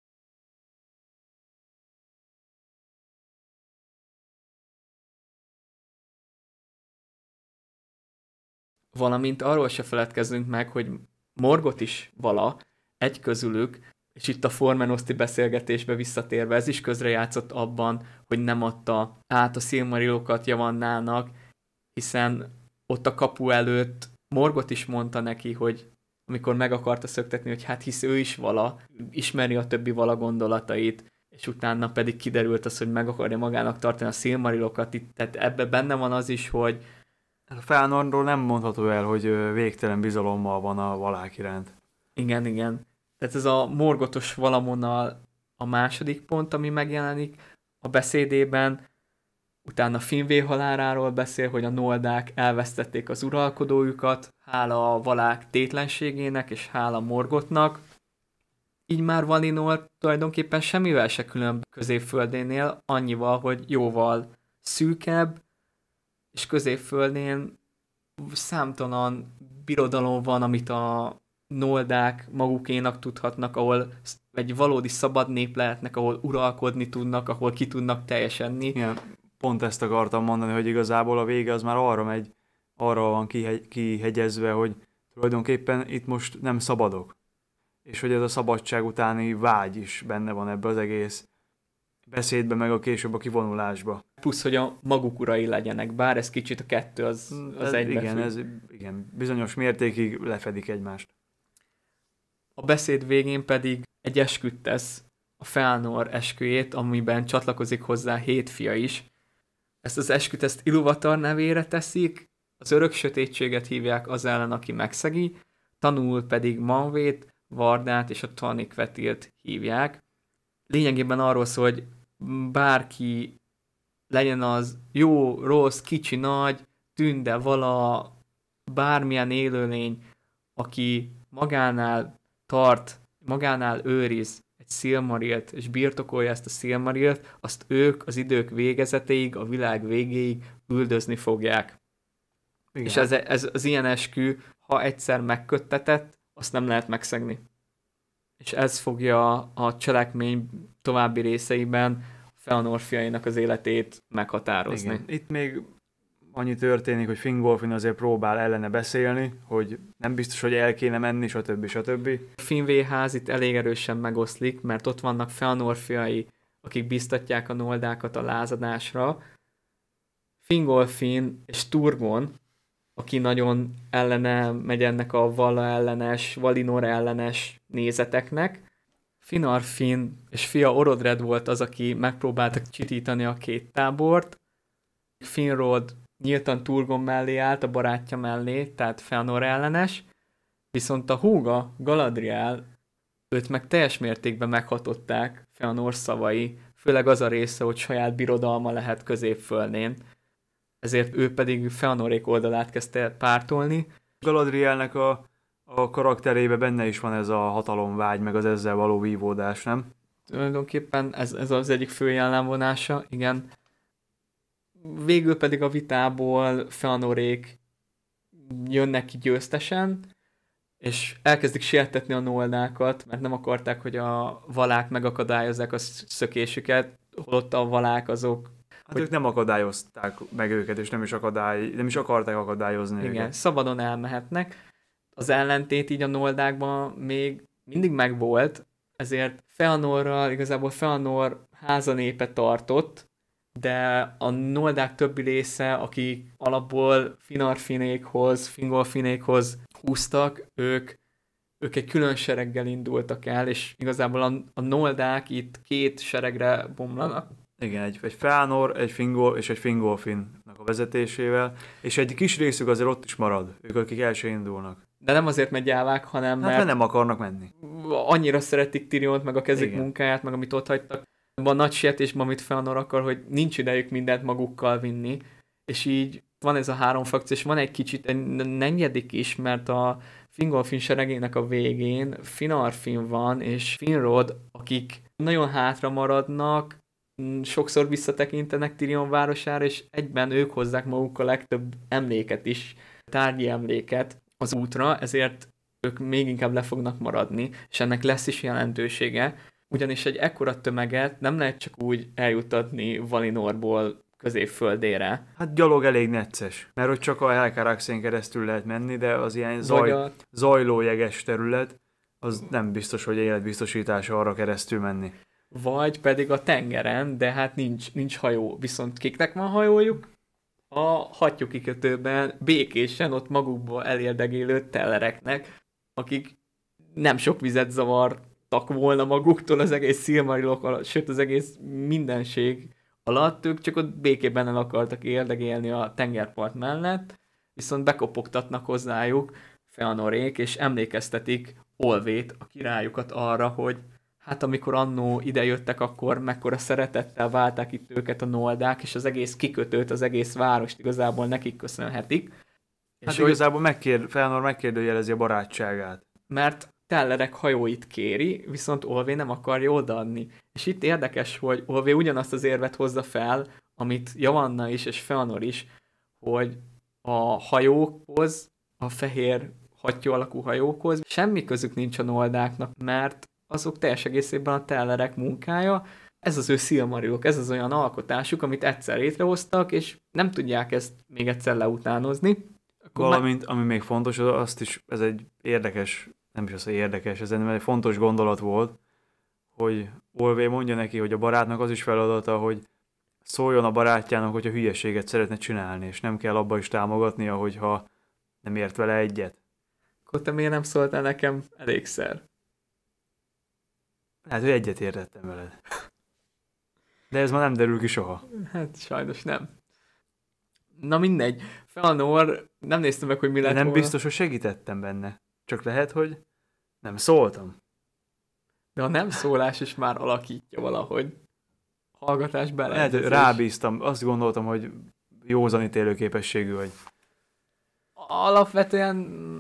Valamint arról se feledkezzünk meg, hogy Morgoth is vala, egy közülük, és itt a Formenoszi beszélgetésbe visszatérve ez is közrejátszott abban, hogy nem adta át a Silmarillokat Javannának, hiszen ott a kapu előtt Morgoth is mondta neki, hogy amikor meg akarta szöktetni, hogy hát hisz ő is vala, ismeri a többi vala gondolatait, és utána pedig kiderült az, hogy meg akarja magának tartani a Silmarillokat, itt, tehát ebben benne van az is, hogy a Feanorról nem mondható el, hogy végtelen bizalommal van a valák iránt. Igen, igen. Tehát ez a Morgothos valamonnal a második pont, ami megjelenik a beszédében. Utána Finvé haláláról beszél, hogy a noldák elvesztették az uralkodójukat, hála a valák tétlenségének és hála Morgothnak. Így már Valinor tulajdonképpen semmivel se különb Középföldénél, annyival, hogy jóval szűkebb, és Középföldén számtalan birodalom van, amit a noldák magukénak tudhatnak, ahol egy valódi szabad nép lehetnek, ahol uralkodni tudnak, ahol ki tudnak teljesedni. Igen, pont ezt akartam mondani, hogy igazából a vége az már arra megy, arra van kihegy, kihegyezve, hogy tulajdonképpen itt most nem szabadok. És hogy ez a szabadság utáni vágy is benne van ebbe az egész beszédbe, meg a később a kivonulásba. Plusz, hogy a maguk urai legyenek, bár ez kicsit a kettő az, az ez, igen, egybefügg. ez igen, bizonyos mértékig lefedik egymást. A beszéd végén pedig egy esküt tesz, a Fëanor esküjét, amiben csatlakozik hozzá hét fia is. Ezt az esküt ezt Ilúvatar nevére teszik, az örök sötétséget hívják az ellen, aki megszegi, tanul pedig Manvét, Vardát és a Tanikvetilt hívják. Lényegében arról szól, hogy bárki legyen az jó, rossz, kicsi, nagy, tünde, vala, bármilyen élőlény, aki magánál tart, magánál őriz egy Silmarilt, és birtokolja ezt a Silmarilt, azt ők az idők végezetéig, a világ végéig üldözni fogják. Igen. És ez, ez az ilyen eskü, ha egyszer megköttetett, azt nem lehet megszegni. És ez fogja a cselekmény további részeiben Fëanor fiainak az életét meghatározni. Igen. Itt még annyi történik, hogy Fingolfin azért próbál ellene beszélni, hogy nem biztos, hogy el kéne menni, stb. stb. A Finwë ház itt elég erősen megoszlik, mert ott vannak Fëanor fiai, akik biztatják a noldákat a lázadásra. Fingolfin és Turgon, aki nagyon ellene megy ennek a Valla ellenes, Valinor ellenes nézeteknek. Finarfin és fia Orodred volt az, aki megpróbálta csitítani a két tábort. Finrod nyíltan Turgon mellé állt, a barátja mellé, tehát Fëanor ellenes, viszont a húga, Galadriel, őt meg teljes mértékben meghatották Fëanor szavai, főleg az a része, hogy saját birodalma lehet Középföldén. Ezért ő pedig Fëanorék oldalát kezdte pártolni. Galadrielnek a, a karakterébe benne is van ez a hatalomvágy, meg az ezzel való vívódás, nem? Tulajdonképpen ez, ez az egyik fő jellemvonása, igen. Végül pedig a vitából Fëanorék jönnek ki győztesen, és elkezdik sértetni a noldákat, mert nem akarták, hogy a valák megakadályozzák a szökésüket, holott a valák azok... Hát hogy... ők nem akadályozták meg őket, és nem is, akadály... nem is akarták akadályozni igen, őket. szabadon elmehetnek. Az ellentét így a noldákban még mindig megvolt, ezért Fëanorral, igazából Fëanor házanépe tartott, de a noldák többi része, akik alapból Finarfinékhoz, Fingolfinékhoz húztak, ők, ők egy külön sereggel indultak el, és igazából a, a noldák itt két seregre bomlanak. Igen, egy, egy Fëanor, egy Fingol és egy Fingolfinnak a vezetésével, és egy kis részük azért ott is marad, ők akik első indulnak. De nem azért megyávák, hanem hát, mert nem akarnak menni. Annyira szeretik Tyriont, meg a kezük igen. munkáját, meg amit ott hagytak. Van nagy sietésben, amit Fëanor akar, hogy nincs idejük mindent magukkal vinni, és így van ez a három frakció, és van egy kicsit egy negyedik is, mert a Fingolfin seregének a végén Finarfin van, és Finrod, akik nagyon hátra maradnak, sokszor visszatekintenek Tyrion városára, és egyben ők hozzák magukkal a legtöbb emléket is, tárgyi emléket az útra, ezért ők még inkább le fognak maradni, és ennek lesz is jelentősége, ugyanis egy ekkora tömeget nem lehet csak úgy eljuttatni Valinorból Középföldére. Hát gyalog elég necces, mert hogy csak a Helcaraxén keresztül lehet menni, de az ilyen zaj, a... zajló jeges terület, az nem biztos, hogy életbiztosítása arra keresztül menni. Vagy pedig a tengeren, de hát nincs, nincs hajó. Viszont kiknek van hajójuk? A hattyúkikötőben békésen ott magukból elérdegélő tellereknek, akik nem sok vizet zavartak volna maguktól az egész Silmarilok alatt, sőt az egész mindenség alatt, ők csak ott békében el akartak érdegélni a tengerpart mellett, viszont bekopogtatnak hozzájuk Fëanorék, és emlékeztetik Olvét, a királyukat arra, hogy hát amikor annó idejöttek, akkor mekkora szeretettel válták itt őket a noldák, és az egész kikötőt, az egész várost igazából nekik köszönhetik. Hát és igazából megkér, Fëanor megkérdőjelezi a barátságát. Mert tellerek hajóit kéri, viszont Olvé nem akarja odaadni. És itt érdekes, hogy Olvé ugyanazt az érvet hozza fel, amit Javanna is és Fëanor is, hogy a hajókhoz a fehér hattyú alakú hajókhoz. Semmi közük nincs a noldáknak, mert azok teljes egészében a tellerek munkája. Ez az ő Silmarillok, ez az olyan alkotásuk, amit egyszer létrehoztak, és nem tudják ezt még egyszer leutánozni. Akkor valamint, ami még fontos, azt is, ez egy érdekes, nem is az, hogy érdekes, ez egy fontos gondolat volt, hogy Olvé mondja neki, hogy a barátnak az is feladata, hogy szóljon a barátjának, hogyha hülyeséget szeretne csinálni, és nem kell abba is támogatnia, hogyha nem ért vele egyet. Akkor te miért nem szóltál nekem elégszer? Hát, hogy egyet értettem veled. De ez már nem derül ki soha. Hát sajnos nem. Na mindegy. Feanor, nem néztem meg, hogy mi lett De nem volna. biztos, hogy segítettem benne. Csak lehet, hogy nem szóltam. De a nem szólás is már alakítja valahogy. Hallgatás bele. Lehet, hogy rábíztam. Azt gondoltam, hogy józanítélő képességű vagy. Alapvetően,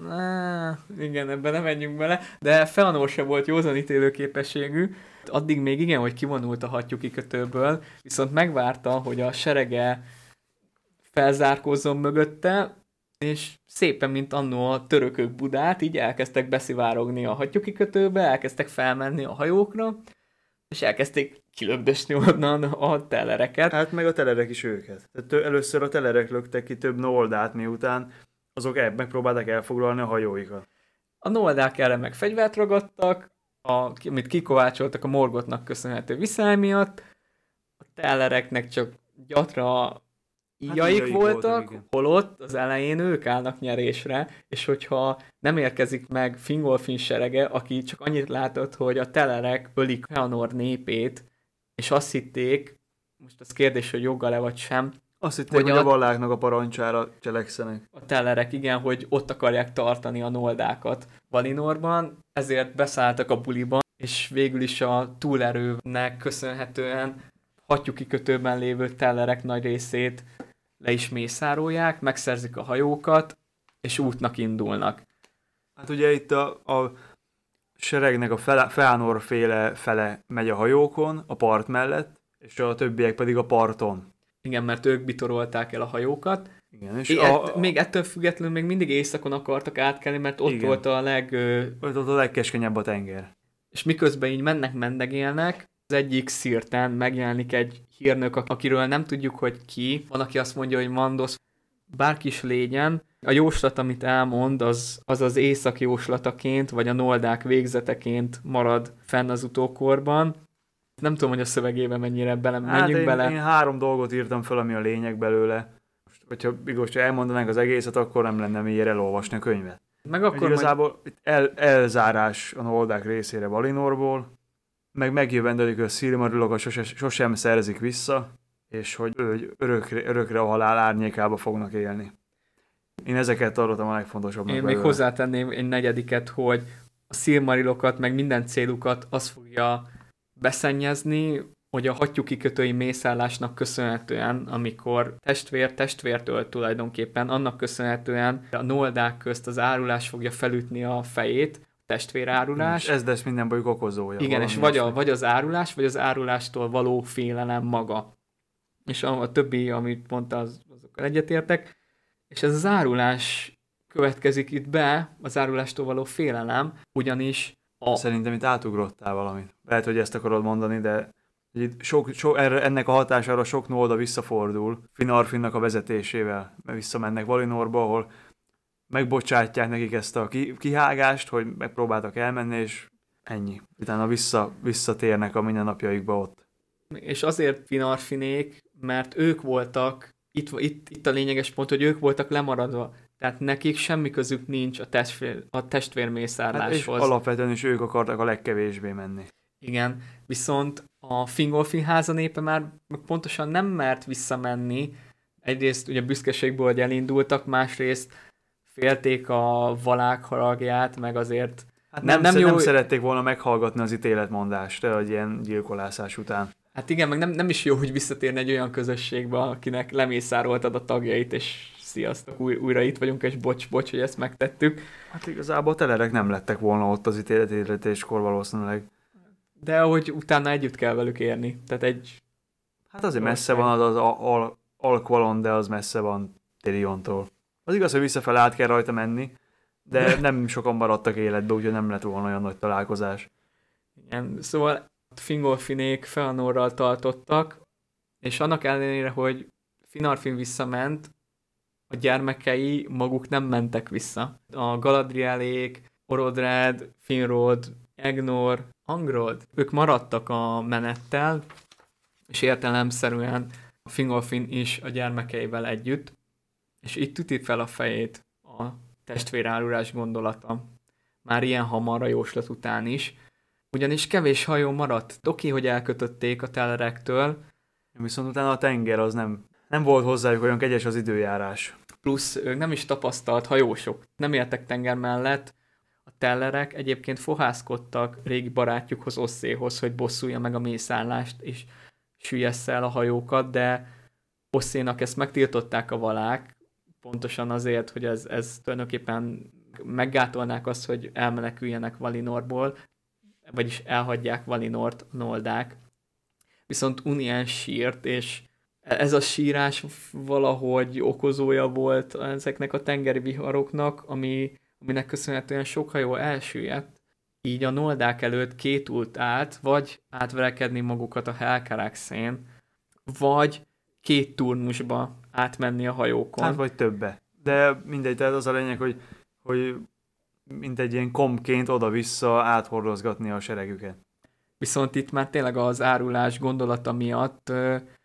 á, igen, ebben nem menjünk bele, de Feanor se volt józanítélő képességű. Addig még igen, hogy kivonult a hattyú kikötőből, viszont megvárta, hogy a serege felzárkózzon mögötte, és szépen, mint annó a törökök Budát, így elkezdtek beszivárogni a hattyú kikötőbe, elkezdtek felmenni a hajókra, és elkezdték kilögdösni onnan a tellereket. Hát meg a telerek is őket. Tehát először a telerek löktek ki több noldát, miután azok el, megpróbálták elfoglalni a hajóikat. A noldák erre meg fegyvert ragadtak, a, amit kikovácsoltak a Morgothnak köszönhető viszály miatt, a tellereknek csak gyatra íjaik hát voltak, voltak, holott az elején ők állnak nyerésre, és hogyha nem érkezik meg Fingolfin serege, aki csak annyit látott, hogy a tellerek ölik Feanor népét, és azt hitték, most az kérdés, hogy joggal-e vagy sem, azt hitték, hogy, hogy a valláknak a parancsára cselekszenek. A tellerek, igen, hogy ott akarják tartani a noldákat Valinorban, ezért beszálltak a buliban, és végül is a túlerőnek köszönhetően hattyú kikötőben lévő tellerek nagy részét le is mészárolják, megszerzik a hajókat, és útnak indulnak. Hát ugye itt a, a seregnek a fele, Feanor féle fele megy a hajókon, a part mellett, és a többiek pedig a parton. Igen, mert ők bitorolták el a hajókat. Igen, és é, a, ett, még ettől függetlenül még mindig északon akartak átkelni, mert ott igen. volt a leg... Ott a legkeskenyebb a tenger. És miközben így mennek, mendegélnek, az egyik szirten megjelenik egy hírnök, akiről nem tudjuk, hogy ki. Van, aki azt mondja, hogy Mandos, bárki is legyen. A jóslat, amit elmond, az az, az észak jóslataként, vagy a noldák végzeteként marad fenn az utókorban. Nem tudom, hogy a szövegében mennyire bele, hát menjünk én, bele. én három dolgot írtam fel, ami a lényeg belőle. Most, hogyha Bigos, elmondanánk az egészet, akkor nem lenne miért elolvasni a könyvet. Meg akkor igazából majd... el, elzárás a noldák részére Valinorból, meg megjövendődik, hogy a Silmarillokat sose, sosem szerzik vissza, és hogy ő örökre, örökre a halál árnyékába fognak élni. Én ezeket tartottam a legfontosabbnak. Én belőle. még hozzátenném egy negyediket, hogy a Silmarillokat, meg minden célukat az fogja beszennyezni, hogy a hattyú kikötői mészállásnak köszönhetően, amikor testvér testvért ölt tulajdonképpen, annak köszönhetően a noldák közt az árulás fogja felütni a fejét, a testvérárulás. És ez lesz minden bajuk okozója. Igen, és vagy, a, vagy az árulás, vagy az árulástól való félelem maga. És a, a többi, amit mondta, az, azokkal egyetértek. És ez az árulás következik itt be, az árulástól való félelem, ugyanis a... Szerintem itt átugrottál valamit. Lehet, hogy ezt akarod mondani, de sok, sok, erre, ennek a hatására sok nolda visszafordul Finarfinnak a vezetésével, mert visszamennek Valinorba, ahol megbocsátják nekik ezt a kihágást, hogy megpróbáltak elmenni, és ennyi. Utána vissza, visszatérnek a mindennapjaikba ott. És azért Finarfinék, mert ők voltak, itt, itt, itt a lényeges pont, hogy ők voltak lemaradva. Tehát nekik semmi közük nincs a, testvér, a testvérmészárláshoz. Hát és alapvetően is ők akartak a legkevésbé menni. Igen, viszont a Fingolfin háza népe már pontosan nem mert visszamenni. Egyrészt ugye büszkeségből, hogy elindultak, másrészt félték a valák haragját, meg azért... Hát nem, nem, nem, jó... nem szerették volna meghallgatni az ítéletmondást egy ilyen gyilkolászás után. Hát igen, meg nem, nem is jó, hogy visszatérni egy olyan közösségbe, akinek lemészároltad a tagjait, és sziasztok, új, újra itt vagyunk, és bocs, bocs, hogy ezt megtettük. Hát igazából a telerek nem lettek volna ott az ítéletéletéskor valószínűleg. De hogy utána együtt kell velük érni. Tehát egy... Hát azért messze van az, az Al- Alqualon, de az messze van Tiriontól. Az igaz, hogy visszafele át kell rajta menni, de nem sokan maradtak életbe, úgyhogy nem lett volna olyan nagy találkozás. Igen, szóval Fingolfinék Feanorral tartottak, és annak ellenére, hogy Finarfin visszament, a gyermekei maguk nem mentek vissza. A Galadrielék, Orodred, Finrod, Egnor, Angrod, ők maradtak a menettel, és értelemszerűen Fingolfin is a gyermekeivel együtt, és itt üti fel a fejét a testvérárulás gondolata. Már ilyen hamar a jóslat után is, ugyanis kevés hajó maradt. Oké, hogy elkötötték a telerektől, Viszont utána a tenger az nem, nem volt hozzájuk olyan kegyes az időjárás. plusz ők nem is tapasztalt hajósok, nem éltek tenger mellett. A tellerek egyébként fohászkodtak régi barátjukhoz, Osszéhoz, hogy bosszulja meg a mészállást, és süllyessze el a hajókat, de Osszénak ezt megtiltották a valák, pontosan azért, hogy ez, ez tulajdonképpen meggátolnák azt, hogy elmeneküljenek Valinorból, vagyis elhagyják Valinort a noldák. Viszont Unien sírt, és ez a sírás valahogy okozója volt ezeknek a tengeri viharoknak, ami, aminek köszönhetően sok hajó elsüllyedt. Így a noldák előtt két út állt, vagy átverekedni magukat a Helcaraxén, vagy két turnusba átmenni a hajókon. Hát vagy többe. De mindegy, tehát az a lényeg, hogy, hogy mint egy ilyen komként oda-vissza áthordozgatni a seregüket. Viszont itt már tényleg az árulás gondolata miatt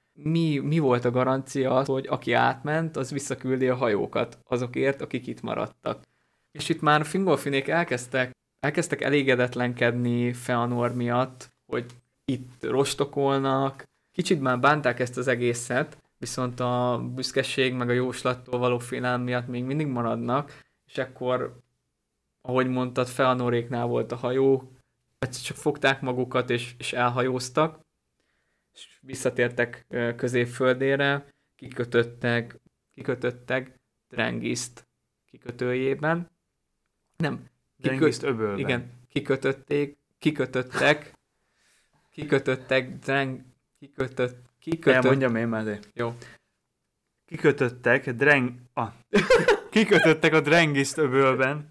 mi, mi volt a garancia, hogy aki átment, az visszaküldi a hajókat azokért, akik itt maradtak. És itt már Fingolfinék elkezdtek, elkezdtek elégedetlenkedni Feanor miatt, hogy itt rostokolnak, kicsit már bánták ezt az egészet, viszont a büszkeség meg a jóslattól való félelem miatt még mindig maradnak, és akkor, ahogy mondtad, Feanoréknál volt a hajó, egyszer csak fogták magukat, és, és elhajóztak, és visszatértek Középföldére, kikötöttek, kikötöttek Drengiszt kikötőjében. Nem. Drengiszt öbölben. Igen, kikötötték, kikötöttek, kikötöttek, Dreng, kikötött, kikötött. Elmondjam én már, de. Jó. Kikötöttek, Dreng, ah. kikötöttek a Drengiszt öbölben,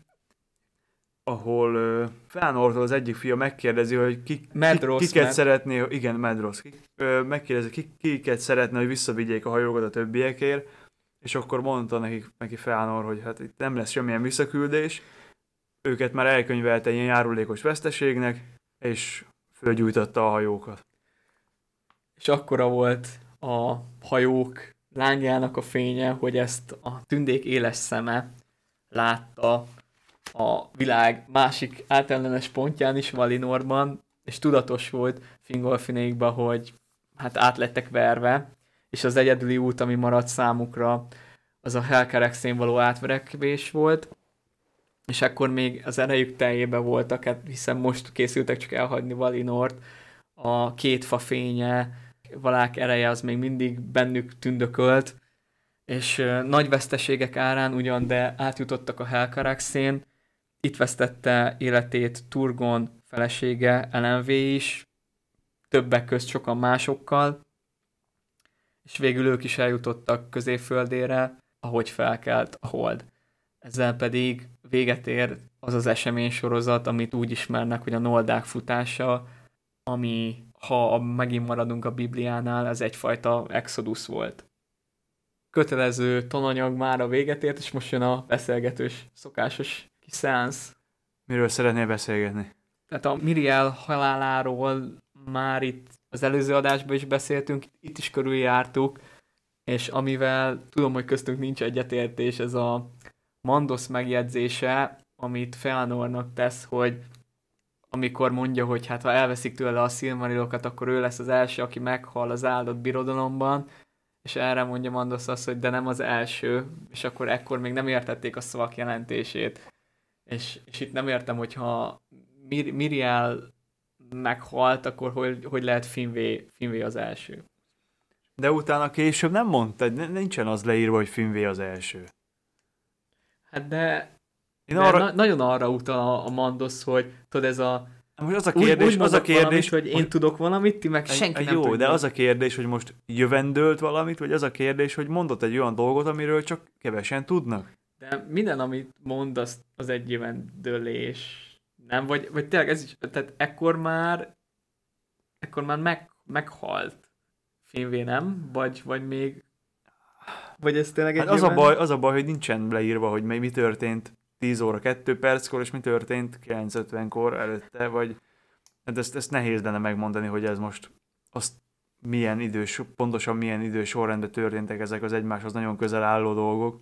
ahol uh, Feanortól az egyik fia megkérdezi, hogy ki, Medros, ki, kiket Med... szeretné, igen, Medros, ki, uh, megkérdezi, ki, kiket szeretne, hogy visszavigyék a hajókat a többiekért, és akkor mondta nekik, neki Feanor, hogy hát itt nem lesz semmilyen visszaküldés, őket már elkönyvelte ilyen járulékos veszteségnek, és fölgyújtotta a hajókat. És akkora volt a hajók lángjának a fénye, hogy ezt a tündék éles szeme látta a világ másik általános pontján is, Valinorban, és tudatos volt Fingolfinékban, hogy hát át lettek verve, és az egyedüli út, ami maradt számukra, az a Helcaraxén való átverekvés volt, és akkor még az erejük teljében voltak, hát hiszen most készültek csak elhagyni Valinort, a két fa fénye, valák ereje az még mindig bennük tündökölt, és uh, nagy veszteségek árán ugyan, de átjutottak a Helcaraxén. Itt vesztette életét Turgon felesége, Elenvé is, többek közt sokan másokkal, és végül ők is eljutottak Középföldére, ahogy felkelt a hold. Ezzel pedig véget ér az az eseménysorozat, amit úgy ismernek, hogy a noldák futása, ami, ha megint maradunk a Bibliánál, ez egyfajta exodus volt. Kötelező tananyag már a véget ért, és most jön a beszélgetős, szokásos kis szeánsz. Miről szeretnél beszélgetni? Tehát a Miriel haláláról már itt az előző adásban is beszéltünk, itt is körüljártuk, és amivel tudom, hogy köztünk nincs egyetértés, ez a Mandos megjegyzése, amit Feanornak tesz, hogy amikor mondja, hogy hát ha elveszik tőle a Silmarilokat, akkor ő lesz az első, aki meghal az áldott birodalomban, és erre mondja Mandos azt, hogy de nem az első, és akkor ekkor még nem értették a szavak jelentését. És, és itt nem értem, hogyha Mir- Miriel meghalt, akkor hogy, hogy lehet Finwë, Finwë az első. De utána később nem mondtad, nincsen az leírva, hogy Finwë az első. Hát de, Én de arra... na- nagyon arra utal a, a Mandos, hogy tudod, ez a Most az a kérdés, úgy, úgy az a kérdés, valamit, hogy én hogy... tudok valamit, ti meg senki nem Jó, tudja. de az a kérdés, hogy most jövendőlt valamit, vagy az a kérdés, hogy mondott egy olyan dolgot, amiről csak kevesen tudnak? De minden, amit mond, az, az egy jövendőlés. Nem? Vagy, vagy tényleg ez is, tehát ekkor már ekkor már meg, meghalt Finvé, nem? Vagy, vagy még vagy ez tényleg egy Hát az a, jövend... baj, az a baj, hogy nincsen leírva, hogy mi, mi történt tíz óra kettő perckor, és mi történt kilenc ötvenkor előtte, vagy hát ezt, ezt nehéz lenne megmondani, hogy ez most azt milyen idős, pontosan milyen idős sorrendben történtek ezek az egymáshoz nagyon közel álló dolgok.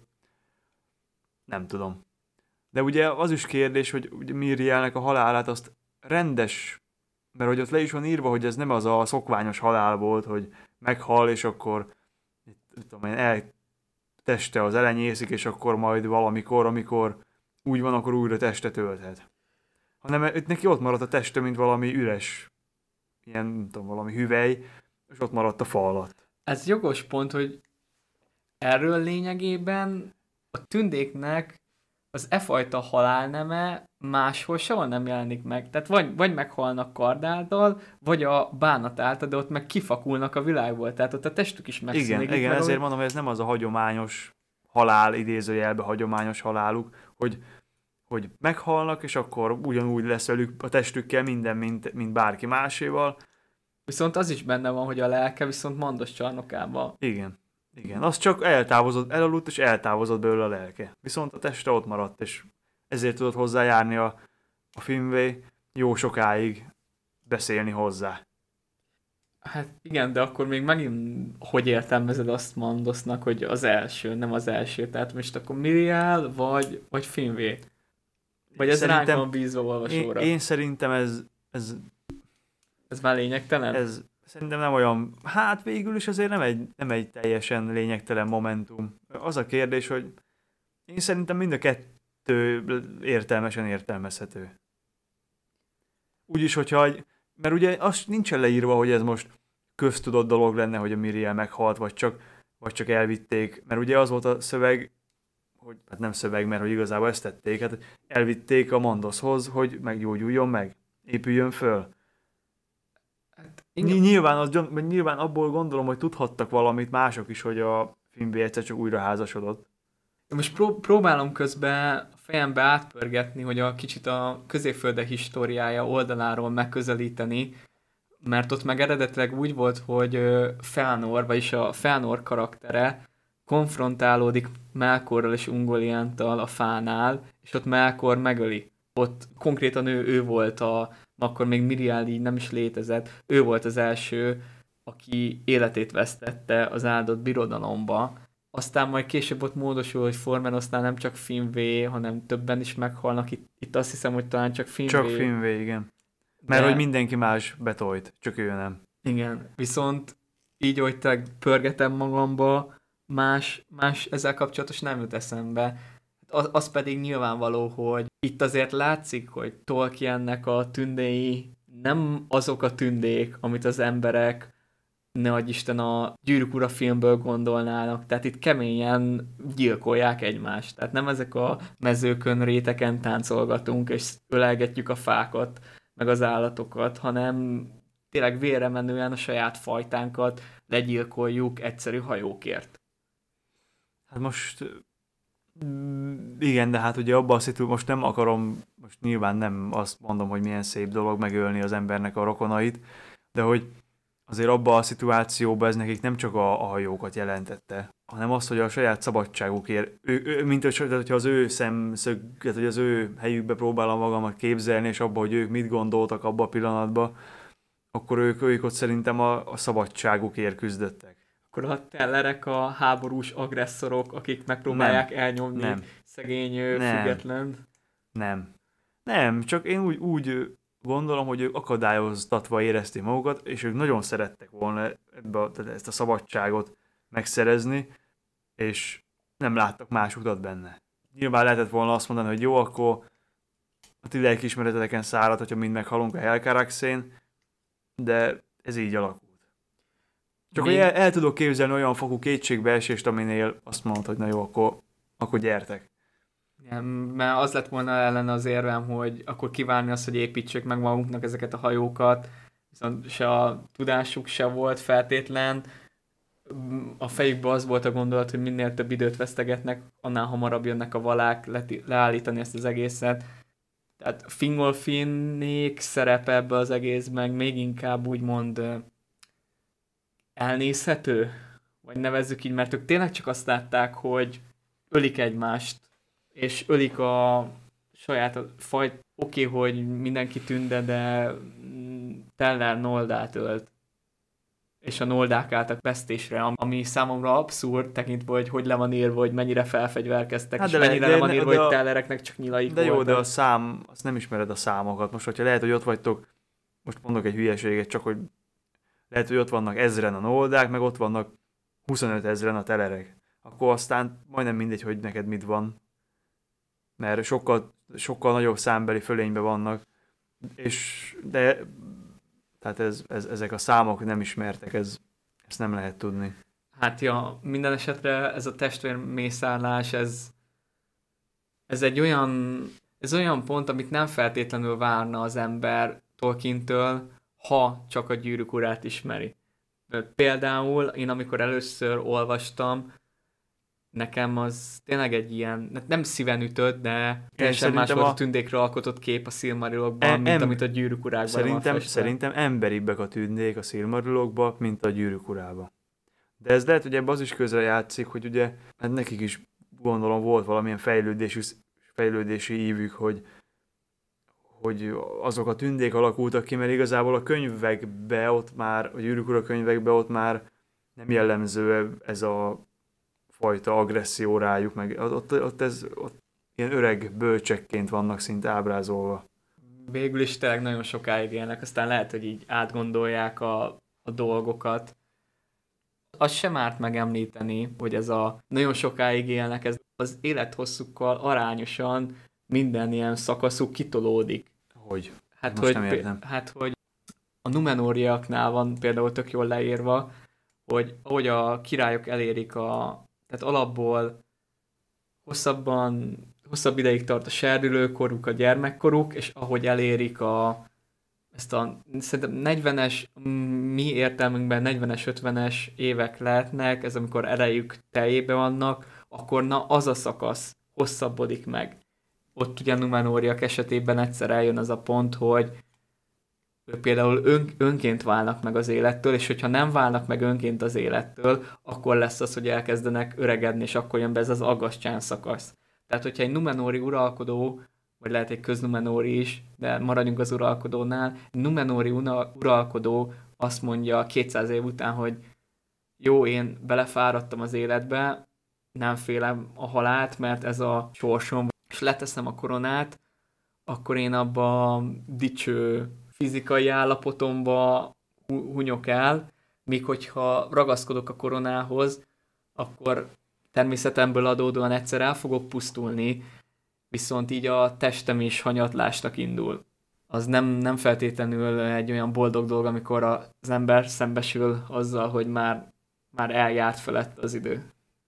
Nem tudom. De ugye az is kérdés, hogy ugye Mirielnek a halálát azt rendes, mert hogy ott le is van írva, hogy ez nem az a szokványos halál volt, hogy meghal, és akkor mit tudom én, el, teste az elenyészik, és akkor majd valamikor, amikor úgy van, akkor újra testet ölthet. Hanem itt neki ott maradt a teste, mint valami üres, ilyen, nem tudom, valami hüvely, és ott maradt a fa alatt. Ez jogos pont, hogy erről lényegében a tündéknek az e fajta halálneme máshol sehol nem jelenik meg. Tehát vagy, vagy meghalnak kard által, vagy a bánat által, de ott meg kifakulnak a világból. Tehát ott a testük is megszűnik. Igen, igen, ezért mondom, hogy ez nem az a hagyományos halál, idézőjelbe hagyományos haláluk, hogy, hogy meghalnak, és akkor ugyanúgy lesz velük a testükkel minden, mint, mint bárki máséval. Viszont az is benne van, hogy a lelke viszont Mandos csarnokába. Igen. Igen, az csak eltávozott, elaludt, és eltávozott belőle a lelke. Viszont a teste ott maradt, és ezért tudott hozzájárni a, a Finwë jó sokáig beszélni hozzá. Hát igen, de akkor még megint hogy értelmezed azt Mandosnak, hogy az első, nem az első. Tehát most akkor Miriel vagy, vagy Finwë? Vagy ez ránk van bízva olvasóra? Én, én szerintem ez, ez... Ez már lényegtelen? Ez szerintem nem olyan... Hát végül is azért nem egy, nem egy teljesen lényegtelen momentum. Az a kérdés, hogy én szerintem mind a kettő értelmesen értelmezhető. Úgyis, hogyha... Mert ugye az nincsen leírva, hogy ez most köztudott dolog lenne, hogy a Miriel meghalt, vagy csak, vagy csak elvitték. Mert ugye az volt a szöveg, hogy hát nem szöveg, mert hogy igazából ezt tették, hát elvitték a Mandoshoz, hogy meggyógyuljon meg, épüljön föl. Hát, nyilván, az, nyilván abból gondolom, hogy tudhattak valamit mások is, hogy a Finwë egyszer csak újra házasodott. Most pró- próbálom közben a fejembe átpörgetni, hogy a kicsit a Középfölde históriája oldaláról megközelíteni, mert ott meg eredetileg úgy volt, hogy Fëanor, vagyis a Fëanor karaktere konfrontálódik Melkorral és Ungolianttal a fánál, és ott Melkor megöli. Ott konkrétan ő, ő volt a, akkor még Miriel így nem is létezett, ő volt az első, aki életét vesztette az áldott birodalomba. Aztán majd később ott módosul, hogy Formenosznál nem csak Finwë, hanem többen is meghalnak. Itt, itt azt hiszem, hogy talán csak Finwë. Csak Finwë, igen. Mert De... hogy mindenki más betolt, csak ő nem. Igen, viszont így, hogy te pörgetem magamba, más, más ezzel kapcsolatos nem jut eszembe. Az, az pedig nyilvánvaló, hogy itt azért látszik, hogy Tolkiennek a tündéi nem azok a tündék, amit az emberek, ne adj Isten, a Gyűrűk Ura filmből gondolnának. Tehát itt keményen gyilkolják egymást. Tehát nem ezek a mezőkön, réteken táncolgatunk, és ölelgetjük a fákat, meg az állatokat, hanem tényleg vérre menően a saját fajtánkat legyilkoljuk egyszerű hajókért. Hát most... Igen, de hát ugye abban a szitu, most nem akarom, most nyilván nem azt mondom, hogy milyen szép dolog megölni az embernek a rokonait, de hogy azért abban a szituációban ez nekik nem csak a, a hajókat jelentette, hanem azt, hogy a saját szabadságukért, ő, ő, mint hogyha az ő szemszöget, hogy az ő helyükbe próbálom magamat képzelni, és abban, hogy ők mit gondoltak abban a pillanatban, akkor ők, ők ott szerintem a, a szabadságukért küzdöttek. Akkor a tellerek a háborús agresszorok, akik megpróbálják nem, elnyomni nem, szegény nem, független. Nem. Nem, csak én úgy, úgy gondolom, hogy ők akadályoztatva érezték magukat, és ők nagyon szerettek volna ebbe a, ezt a szabadságot megszerezni, és nem láttak más utat benne. Nyilván lehetett volna azt mondani, hogy jó, akkor a ti lelkiismereteteken szárad, hogyha mind meghalunk a Helcaraxén, de ez így alakult. Csak hogy el, el tudok képzelni olyan fokú kétségbeesést, aminél azt mondod, hogy na jó, akkor, akkor gyertek. Igen, mert az lett volna ellene az érvem, hogy akkor kívánni azt, hogy építsük meg magunknak ezeket a hajókat, viszont se a tudásuk se volt feltétlen, a fejükben az volt a gondolat, hogy minél több időt vesztegetnek, annál hamarabb jönnek a valák leti, leállítani ezt az egészet. Tehát Fingolfinnék szerepe ebbe az egész meg még inkább úgymond elnézhető, vagy nevezzük így, mert ők tényleg csak azt látták, hogy ölik egymást, és ölik a saját fajt. Oké, okay, hogy mindenki tünde, de Teller Noldát ölt, és a Noldák álltak vesztésre, ami számomra abszurd, tekintve, hogy hogy le van írva, hogy mennyire felfegyverkeztek, hát és mennyire le, le van írva, hogy a... Tellereknek csak nyilaik De voltak. jó, de a szám, azt nem ismered a számokat. Most, hogyha lehet, hogy ott vagytok, most mondok egy hülyeséget, csak hogy lehet, hogy ott vannak ezren a Noldák, meg ott vannak huszonöt ezren a Tellerek. Akkor aztán majdnem mindegy, hogy neked mit van. Mert sokkal, sokkal nagyobb számbeli fölényben vannak. És, de tehát ez, ez, ezek a számok nem ismertek, ez, ezt nem lehet tudni. Hát ja, minden esetre ez a testvérmészárlás, ez, ez egy olyan, ez olyan pont, amit nem feltétlenül várna az ember Tolkientől, ha csak a Gyűrűk urát ismeri. Például én amikor először olvastam, nekem az tényleg egy ilyen, nem szíven ütött, de teljesen más volt a... a tündékre alkotott kép a Silmarilokban, em, mint amit a Gyűrűk urákban szerintem, van festve. Szerintem emberibbek a tündék a Silmarilokban, mint a Gyűrűk urában. De ez lehet, hogy ebben az is közre játszik, hogy ugye hát nekik is gondolom volt valamilyen fejlődési, fejlődési ívük, hogy, hogy azok a tündék alakultak ki, mert igazából a könyvekbe ott már, a Gyűrűk ura könyvekbe ott már nem jellemző ez a fajta agresszió rájuk, meg ott, ott, ez, ott ilyen öreg bölcsekként vannak szinte ábrázolva. Végül is tényleg nagyon sokáig élnek, aztán lehet, hogy így átgondolják a, a dolgokat. Az sem árt megemlíteni, hogy ez a nagyon sokáig élnek, ez az élethosszukkal arányosan minden ilyen szakaszuk kitolódik. Hogy? Hát, hogy, hát, hogy a Numenóriaknál van például tök jól leírva, hogy ahogy a királyok elérik a tehát alapból hosszabban, hosszabb ideig tart a serdülőkoruk, a gyermekkoruk, és ahogy elérik a, ezt a szerintem negyvenes, mi értelmünkben negyvenes, ötvenes évek lehetnek, ez amikor erejük teljében vannak, akkor na az a szakasz hosszabbodik meg. Ott ugye Numenóriak esetében egyszer eljön az a pont, hogy ők például ön, önként válnak meg az élettől, és hogyha nem válnak meg önként az élettől, akkor lesz az, hogy elkezdenek öregedni, és akkor jön be ez az aggastyán szakasz. Tehát, hogyha egy numenóri uralkodó, vagy lehet egy köznumenóri is, de maradjunk az uralkodónál, egy numenóri uralkodó azt mondja kétszáz év után, hogy jó, én belefáradtam az életbe, nem félem a halált, mert ez a sorsom, és leteszem a koronát, akkor én abba dicső fizikai állapotomba hunyok el, míg hogyha ragaszkodok a koronához, akkor természetemből adódóan egyszer el fogok pusztulni, viszont így a testem is hanyatlásnak indul. Az nem, nem feltétlenül egy olyan boldog dolog, amikor az ember szembesül azzal, hogy már, már eljárt felett az idő.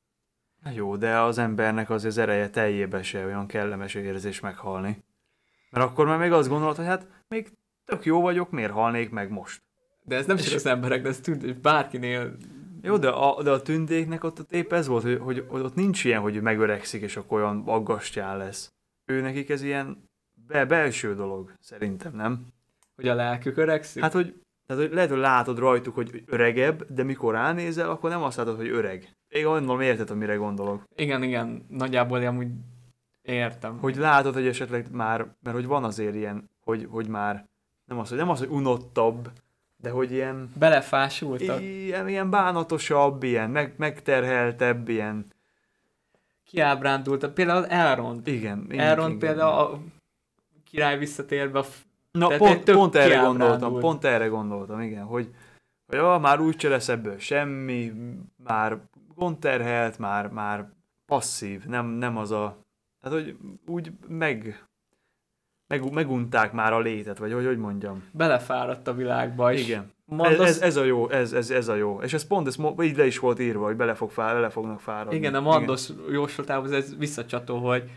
Jó, de az embernek az az ereje teljében se olyan kellemes érzés meghalni. Mert akkor már még azt gondolod, hogy hát még tök jó vagyok, miért halnék meg most? De ez nem csak az emberek, de ez tűnt, bárkinél... Jó, de a, de a tündéknek ott, ott épp ez volt, hogy, hogy, hogy ott nincs ilyen, hogy megöregszik, és akkor olyan aggastyán lesz. Ő nekik ez ilyen be, belső dolog, szerintem, nem? Hogy a lelkük öregszik? Hát, hogy, tehát, hogy lehet, hogy látod rajtuk, hogy öregebb, de mikor ránézel, akkor nem azt látod, hogy öreg. Én gondolom, érted, amire gondolok. Igen, igen, nagyjából amúgy értem. Hogy látod, hogy esetleg már, mert hogy van azért ilyen, hogy, hogy már nem az, hogy, nem az, hogy unottabb, de hogy ilyen... Belefásultak. Ilyen, ilyen bánatosabb, ilyen meg, megterheltebb, ilyen... Kiábrándultak. Például Elrond. Igen. Elrond igen, például igen. a király visszatérve... Na, pont, pont erre gondoltam, pont erre gondoltam, igen, hogy, hogy ah, már úgyse lesz ebből semmi, már gondterhelt, már, már passzív, nem, nem az a... Hát, hogy úgy meg... Meg, megunták már a létet, vagy hogy, hogy mondjam. Belefáradt a világba is. Igen. Ez, ez, ez, a jó, ez, ez, ez a jó. És ez pont ez így le is volt írva, hogy bele, fog fá, bele fognak fáradni. Igen, a Mandos jóslatához ez visszacsató, hogy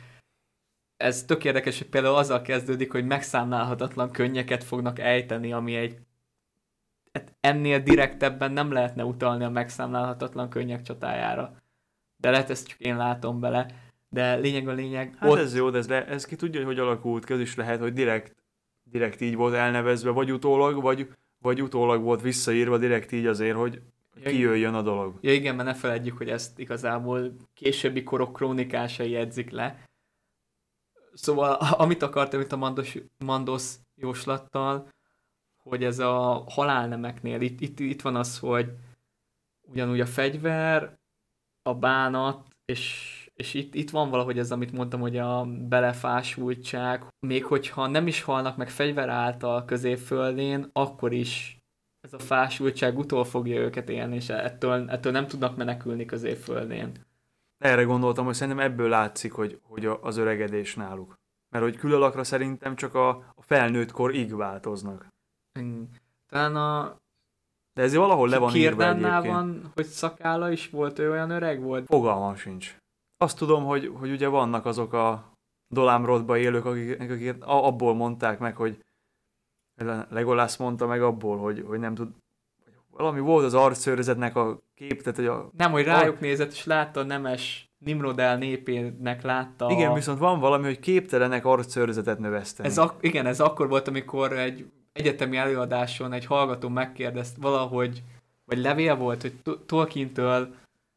ez tök érdekes, hogy például azzal kezdődik, hogy megszámlálhatatlan könnyeket fognak ejteni, ami egy hát ennél direktebben nem lehetne utalni a megszámlálhatatlan könnyek csatájára. De lehet, ezt csak én látom bele. De lényeg a lényeg. Hát ott... ez jó, de ez, le, ez ki tudja, hogy hogy alakult ki, az is lehet, hogy direkt, direkt így volt elnevezve, vagy utólag, vagy, vagy utólag volt visszaírva direkt így azért, hogy ja, kijöjjön a dolog. Ja igen, mert ne feledjük, hogy ezt igazából későbbi korok krónikásai edzik le. Szóval amit akartam itt a Mandos, Mandos jóslattal, hogy ez a halálnemeknél, itt, itt, itt van az, hogy ugyanúgy a fegyver, a bánat, és, és itt, itt van valahogy ez, amit mondtam, hogy a belefásultság, még hogyha nem is halnak meg fegyver által középföldén, akkor is ez a fásultság utol fogja őket élni, és ettől, ettől nem tudnak menekülni középföldén. Erre gondoltam, hogy szerintem ebből látszik, hogy, hogy az öregedés náluk. Mert hogy külalakra szerintem csak a, a felnőtt korig változnak. Talán a... De ez valahol le van írva egyébként. van, hogy szakálla is volt, ő olyan öreg volt? Fogalmam sincs. Azt tudom, hogy, hogy ugye vannak azok a Dolámrodba élők, akik, akik abból mondták meg, hogy Legolász mondta meg abból, hogy, hogy nem tud... Valami volt az arcszőrzetnek a kép, tehát hogy a... Nem, hogy rájuk a... nézett, és látta a nemes Nimrodel népének látta. Igen, a... viszont van valami, hogy képtelenek arcszőrzetet növeszteni. Ez ak- igen, ez akkor volt, amikor egy egyetemi előadáson egy hallgató megkérdezte valahogy, vagy levél volt, hogy Tolkien-től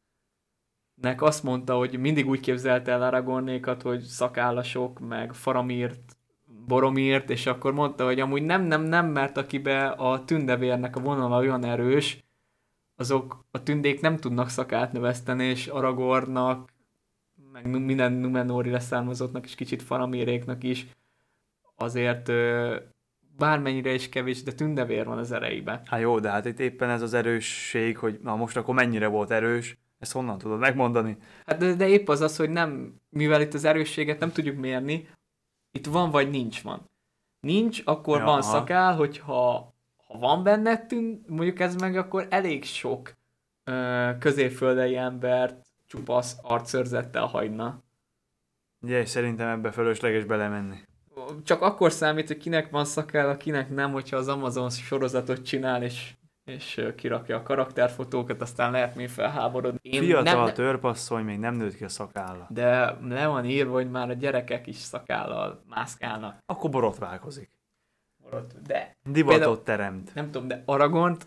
nek azt mondta, hogy mindig úgy képzelte el Aragornékat, hogy szakállasok, meg Faramírt, Boromírt, és akkor mondta, hogy amúgy nem, nem, nem, mert akibe a tündevérnek a vonala olyan erős, azok a tündék nem tudnak szakát növeszteni, és Aragornnak, meg minden Numenóri leszármazottnak, és kicsit Faramíréknak is azért bármennyire is kevés, de tündevér van az erejében. Hát jó, de hát itt éppen ez az erősség, hogy na most akkor mennyire volt erős, ezt honnan tudod megmondani? Hát de, de épp az az, hogy nem, mivel itt az erősséget nem tudjuk mérni, itt van vagy nincs van. Nincs, akkor ja, van aha. szakál, hogyha ha van benne tűn, mondjuk ez meg, akkor elég sok ö, középföldei embert csupasz arcőrzettel hagyna. Ugye, szerintem ebbe fölösleges belemenni. Csak akkor számít, hogy kinek van szakálla, kinek nem, hogyha az Amazon sorozatot csinál, és, és kirakja a karakterfotókat, aztán lehet még felháborodni. Én Fiatal nem, törpasszony, még nem nőtt ki a szakálla. De le van írva, hogy már a gyerekek is szakállal mászkálnak. Akkor borotválkozik. Borot, de... Divatot például, teremt. Nem tudom, de Aragornt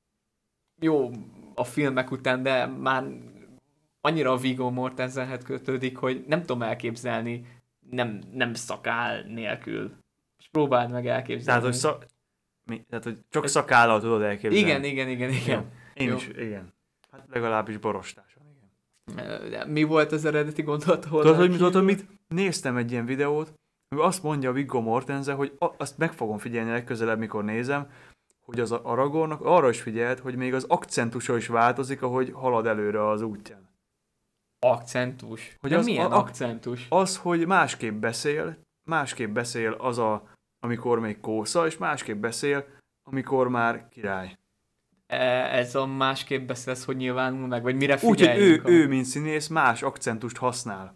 jó a filmek után, de már annyira a Viggo Mortensenhez kötődik, hogy nem tudom elképzelni nem, nem szakál nélkül. És próbáld meg elképzelni. Tehát, hogy, szak... Mi? Tehát, hogy csak szakállal tudod elképzelni. Igen, igen, igen, igen. Én Jó. is, igen. Hát legalábbis borostáson, igen. De mi volt az eredeti gondolat? Tudod, hogy, tudod, mit? Néztem egy ilyen videót, hogy azt mondja Viggo Mortensen, hogy azt meg fogom figyelni legközelebb, mikor nézem, hogy az Aragornnak arra is figyelt, hogy még az akcentusa is változik, ahogy halad előre az útján. Akcentus? Hogy de az, milyen a, akcentus? Az, hogy másképp beszél, másképp beszél az a, amikor még kósza, és másképp beszél, amikor már király. Ez a másképp beszélsz, hogy nyilvánul meg, vagy mire figyeljünk? Úgy, hogy ő, a... ő, mint színész, más akcentust használ.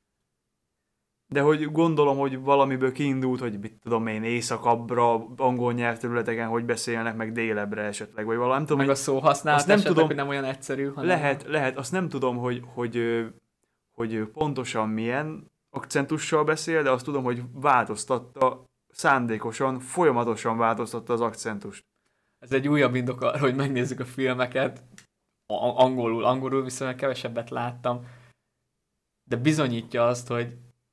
De hogy gondolom, hogy valamiből kiindult, hogy mit tudom én, északabbra, angol nyelvterületeken hogy beszélnek, meg délebbre esetleg, vagy valami. Nem tudom, meg a szó használat nem esetleg, tudom, hogy nem olyan egyszerű. Hanem lehet, lehet, azt nem tudom, hogy, hogy, hogy pontosan milyen akcentussal beszél, de azt tudom, hogy változtatta, szándékosan, folyamatosan változtatta az akcentust. Ez egy újabb indok arra, hogy megnézzük a filmeket. Angolul, angolul viszont kevesebbet láttam. De bizonyítja azt, hogy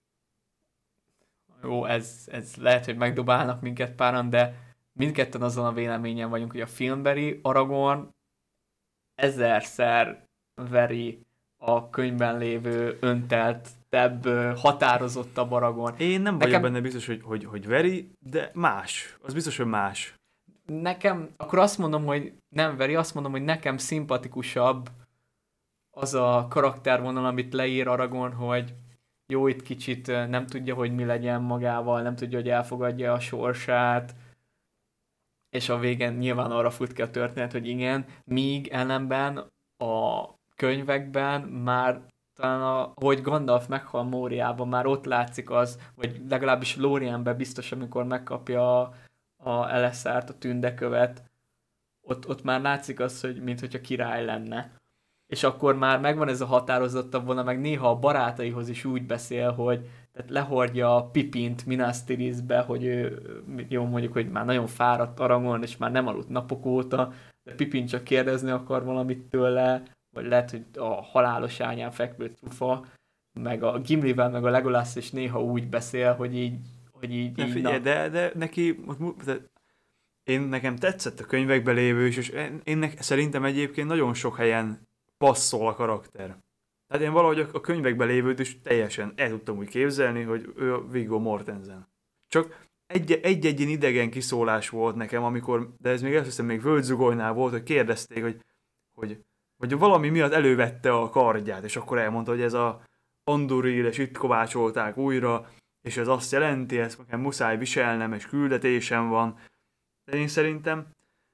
jó, ez, ez lehet, hogy megdobálnak minket páran, de mindketten azon a véleményen vagyunk, hogy a filmbeli Aragorn ezerszer veri a könyvben lévő önteltebb, határozottabb Aragorn. Én nem vagyok Nekem... benne biztos, hogy, hogy, hogy veri, de más. Az biztos, hogy más. Nekem, akkor azt mondom, hogy nem veri, azt mondom, hogy nekem szimpatikusabb az a karaktervonal, amit leír Aragorn, hogy jó, itt kicsit nem tudja, hogy mi legyen magával, nem tudja, hogy elfogadja a sorsát, és a végén nyilván arra fut ki a történet, hogy igen, míg ellenben a könyvekben már talán, a, hogy Gandalf meghal Móriában, már ott látszik az, vagy legalábbis Lórienben biztos, amikor megkapja a, a Eleszárt, a tündekövet, ott, ott már látszik az, hogy minthogyha király lenne. És akkor már megvan ez a határozottabb volna, meg néha a barátaihoz is úgy beszél, hogy tehát lehordja Pipint Minas Tirithbe, hogy ő, jó mondjuk, hogy már nagyon fáradt Aragorn, és már nem aludt napok óta, de Pipin csak kérdezni akar valamit tőle, vagy lehet, hogy a halálos ágyán fekvő trufa, meg a Gimlivel, meg a Legolas is néha úgy beszél, hogy így, hogy így, Ne így figyelj, na. de, de neki, de én nekem tetszett a könyvekben lévő is, és én, én nek, szerintem egyébként nagyon sok helyen passzol a karakter. Tehát én valahogy a, a könyvekben lévőt is teljesen el tudtam úgy képzelni, hogy ő a Viggo Mortensen. Csak egy- egy-egy ilyen idegen kiszólás volt nekem, amikor, de ez még azt hiszem még Völgyzugolynál volt, hogy kérdezték, hogy, hogy vagy valami miatt elővette a kardját, és akkor elmondta, hogy ez a Anduril, és itt kovácsolták újra, és ez azt jelenti, ezt nekem muszáj viselnem, és küldetésem van. De én szerintem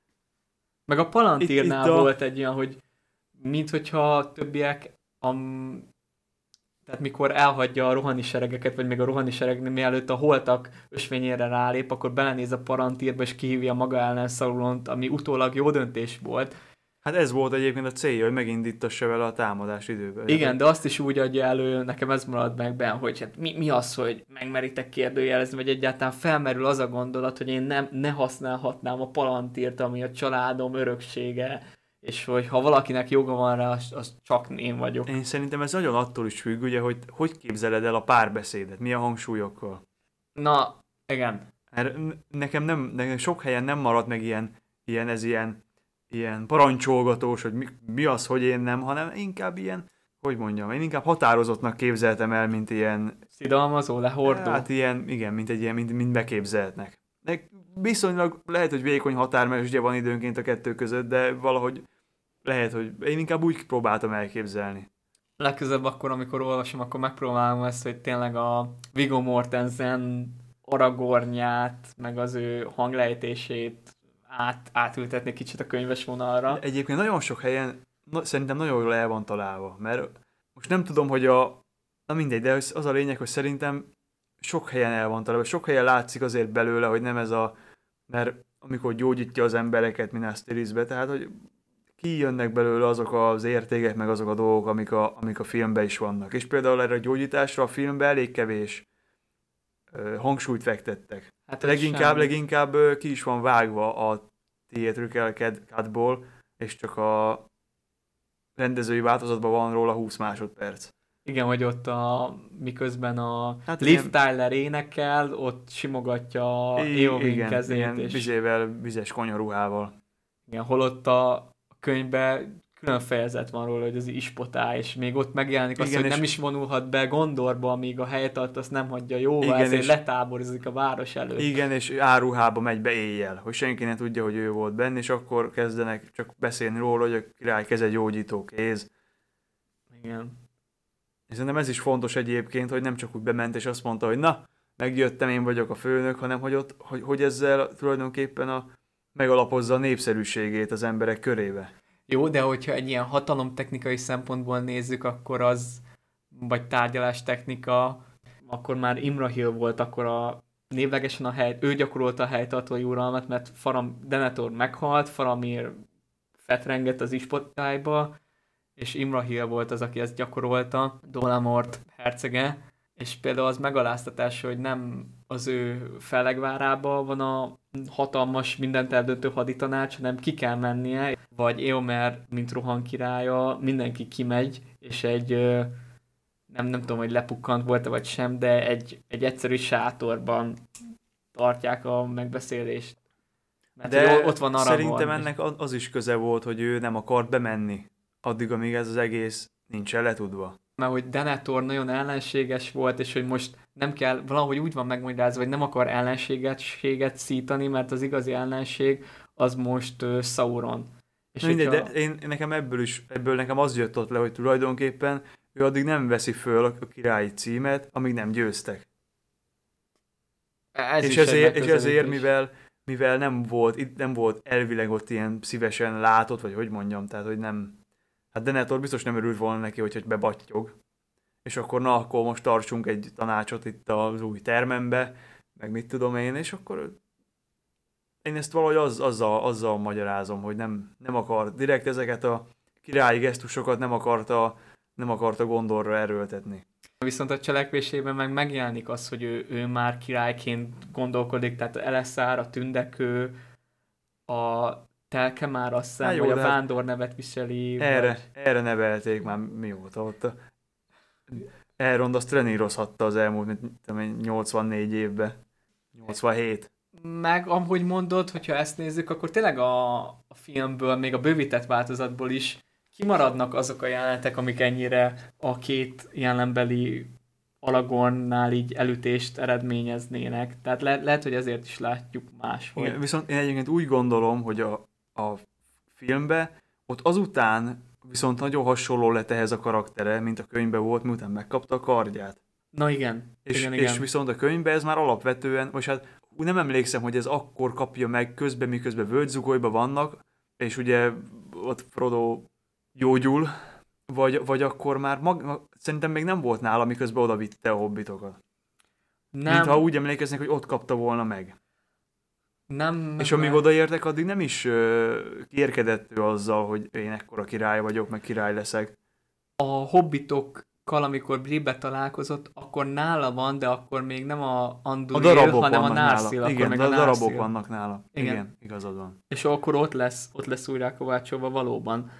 Meg a Palantírnál Itt- itt a- volt egy olyan, hogy minthogyha a többiek, am, tehát mikor elhagyja a rohani seregeket, vagy még a rohani sereg mielőtt a holtak ösvényére rálép, akkor belenéz a Palantírba, és kihívja maga ellen Sauront, ami utólag jó döntés volt. hát ez volt egyébként a célja, hogy megindítassa vele a támadás időben. Igen, de azt is úgy adja elő, nekem ez marad meg benne, hogy hát mi, mi az, hogy megmeritek kérdőjelezni, vagy egyáltalán felmerül az a gondolat, hogy én nem, ne használhatnám a Palantírt, ami a családom öröksége, és hogy ha valakinek joga van rá, az, az csak én vagyok. Én szerintem ez nagyon attól is függ, ugye, hogy hogy képzeled el a párbeszédet, milyen hangsúlyokkal. Na, igen. Mert nekem, nem, nekem sok helyen nem maradt meg ilyen, ilyen ez ilyen, ilyen parancsolgatós, hogy mi, mi az, hogy én nem, hanem inkább ilyen, hogy mondjam, én inkább határozottnak képzeltem el, mint ilyen, Szidalmazó, lehordó. hát ilyen, igen, mint egy ilyen, mint, mint beképzeltnek. De viszonylag lehet, hogy vékony határ, mert ugye van időnként a kettő között, de valahogy lehet, hogy én inkább úgy próbáltam elképzelni. Legközelebb akkor, amikor olvasom, akkor megpróbálom ezt, hogy tényleg a Viggo Mortensen Aragornját, meg az ő hanglejtését át, átültetni kicsit a könyves vonalra. De egyébként nagyon sok helyen na, szerintem nagyon jól el van találva, mert most nem tudom, hogy a, na mindegy, de az a lényeg, hogy szerintem sok helyen el van találva, sok helyen látszik azért belőle, hogy nem ez a, mert amikor gyógyítja az embereket Minas Tirithbe, tehát hogy kijönnek belőle azok az értékek, meg azok a dolgok, amik a, amik a filmben is vannak. És például erre a gyógyításra a filmben elég kevés ö, hangsúlyt fektettek. Hát Leginkább, semmi. leginkább ö, ki is van vágva a theatrical cut-ból, és csak a rendezői változatban van róla húsz másodperc. Igen, hogy ott a, miközben a Hát Liv ilyen- Tyler énekel, ott simogatja a I- Eowyn igen, kezét, ilyen és vizével, vizes konyaruhával. igen, holott a könyvben külön fejezet van róla, hogy az ispotá, és még ott megjelenik az, Igen, hogy és- nem is vonulhat be Gondorba, amíg a helytart azt nem hagyja jóvá, Igen, ezért és- letáborozik a város előtt. Igen, és áruhába megy be éjjel, hogy senki ne tudja, hogy ő volt benne, és akkor kezdenek csak beszélni róla, hogy a király keze gyógyító kéz. Igen. És szerintem ez is fontos egyébként, hogy nem csak úgy bement, és azt mondta, hogy na, megjöttem, én vagyok a főnök, hanem hogy, ott, hogy, hogy ezzel tulajdonképpen a, megalapozza a népszerűségét az emberek körébe. Jó, de hogyha egy ilyen hatalomtechnikai szempontból nézzük, akkor az, vagy tárgyalástechnika, akkor már Imrahil volt akkor a névlegesen a hely, ő gyakorolta a helytartói uralmat, mert Faram, Denethor meghalt, Faramir fetrengett az ispotályba, és Imrahil volt az, aki ezt gyakorolta, Dolamort hercege, és például az megaláztatás, hogy nem az ő fellegvárában van a hatalmas, mindent eldöntő haditanács, hanem ki kell mennie, vagy Éomer, mint Rohan királya, mindenki kimegy, és egy, ö, nem, nem tudom, hogy lepukkant volt-e vagy sem, de egy, egy egyszerű sátorban tartják a megbeszélést. Mert De hogy ott van Aragorn. szerintem és- ennek az az is köze volt, hogy ő nem akart bemenni, addig, amíg ez az egész nincsen letudva. mert hogy Denethor nagyon ellenséges volt, és hogy most nem kell, valahogy úgy van megmagyarázva, hogy nem akar ellenségességet szítani, mert az igazi ellenség az most uh, Sauron. És Mindegy, hogyha- de én, nekem ebből is, ebből nekem az jött ott le, hogy tulajdonképpen ő addig nem veszi föl a királyi címet, amíg nem győztek. ez és, is egy ezért, és ezért, megközelítés. mivel, mivel nem volt, itt nem volt elvileg ott ilyen szívesen látott, vagy hogy mondjam, tehát hogy nem, hát Denethor biztos nem örült volna neki, hogy, hogy bebattyog. És akkor na, akkor most tartsunk egy tanácsot itt az új termembe, meg mit tudom én, és akkor én ezt valahogy az, azzal, azzal magyarázom, hogy nem, nem akar direkt ezeket a királyi gesztusokat nem akarta, nem akarta Gondorra erőltetni. Viszont a cselekvésében meg megjelenik az, hogy ő, ő már királyként gondolkodik, tehát Elessar, a tündekő, a Telke már azt hiszem, vagy a Vándor nevet viseli. Erre, vagy... erre nevelték már mióta ott. Elrond azt trenírozhatta az elmúlt mint, tudom, nyolcvannégy évben. nyolcvanhét. Meg ahogy mondod, hogyha ezt nézzük, akkor tényleg a, a filmből, még a bővített változatból is kimaradnak azok a jelenetek, amik ennyire a két jelenbeli Aragornnál így elütést eredményeznének. Tehát le, lehet, hogy ezért is látjuk máshol. Igen, viszont én egyébként úgy gondolom, hogy a, a filmbe ott azután viszont nagyon hasonló lett ehhez a karaktere, mint a könyvben volt, miután megkapta a kardját. Na igen. És, igen, és igen. viszont a könyvben ez már alapvetően, vagy hát úgy nem emlékszem, hogy ez akkor kapja meg közben, miközben völgyzugolyban vannak, és ugye ott Frodo gyógyul, vagy, vagy akkor már mag, szerintem még nem volt nála, miközben oda vitte a hobbitokat. Nem. Mintha úgy emlékeznek, hogy ott kapta volna meg. Nem. És amíg odaértek, addig nem is uh, kérkedett ő azzal, hogy én ekkora király vagyok, meg király leszek. A hobbitokkal, amikor Bribe találkozott, akkor nála van, de akkor még nem a Anduril, hanem a Narsil. Igen, meg a, a darabok vannak nála. Igen. Igen, igazad van. És akkor ott lesz, ott lesz újra kovácsolva valóban.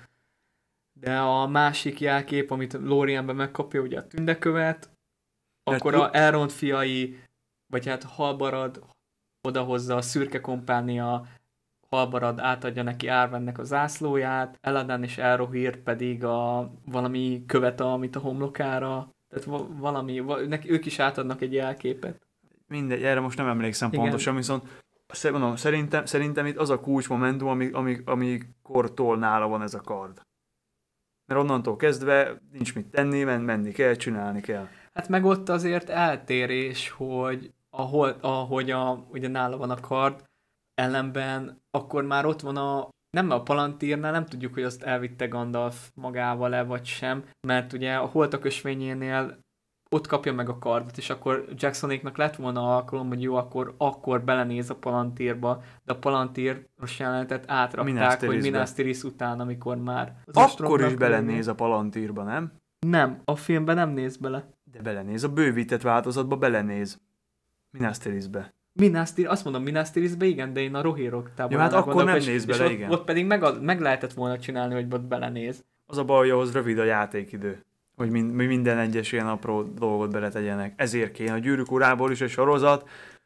De a másik jelkép, amit Lórienben megkapja, ugye a tündekövet, akkor a Elrond fiai, vagy hát Halbarad odahozza a szürke kompánia, Halbarad átadja neki Arwennek a zászlóját, Elladan és Elrohir pedig a valami követ, amit a homlokára, tehát valami, neki, ők is átadnak egy jelképet. Mindegy, erre most nem emlékszem Igen. pontosan, viszont mondom, szerintem, szerintem itt az a kulcsmomentum, amik, amik, amikortól nála van ez a kard. Mert onnantól kezdve nincs mit tenni, men- menni kell, csinálni kell. Hát meg ott azért eltérés, hogy ahol, ahogy a, ugye nála van a kard, ellenben akkor már ott van a, nem a Palantírnál, nem tudjuk, hogy azt elvitte Gandalf magával-e vagy sem, mert ugye a Holtak ösvényénél ott kapja meg a kardot, és akkor Jacksonéknak lett volna alkalom, hogy jó, akkor, akkor belenéz a Palantírba, de a Palantíros jelenetet átrakták, hogy Minas Tirith után, amikor már... Akkor is belenéz a Palantírba, nem? Nem, a filmben nem néz bele. De belenéz, a bővített változatba belenéz. Minas Tirithbe. Minas Tirith, azt mondom Minas Tirithbe, igen, de én a Rohirok táborának ja, hát akkor nem és, néz bele, és igen. Ott, ott pedig meg, meg lehetett volna csinálni, hogy ott belenéz. Az a baj, hogy ahhoz rövid a játékidő. Hogy minden egyes ilyen apró dolgot beletegyenek. Ezért kéne a Gyűrűk urából is egy sorozat,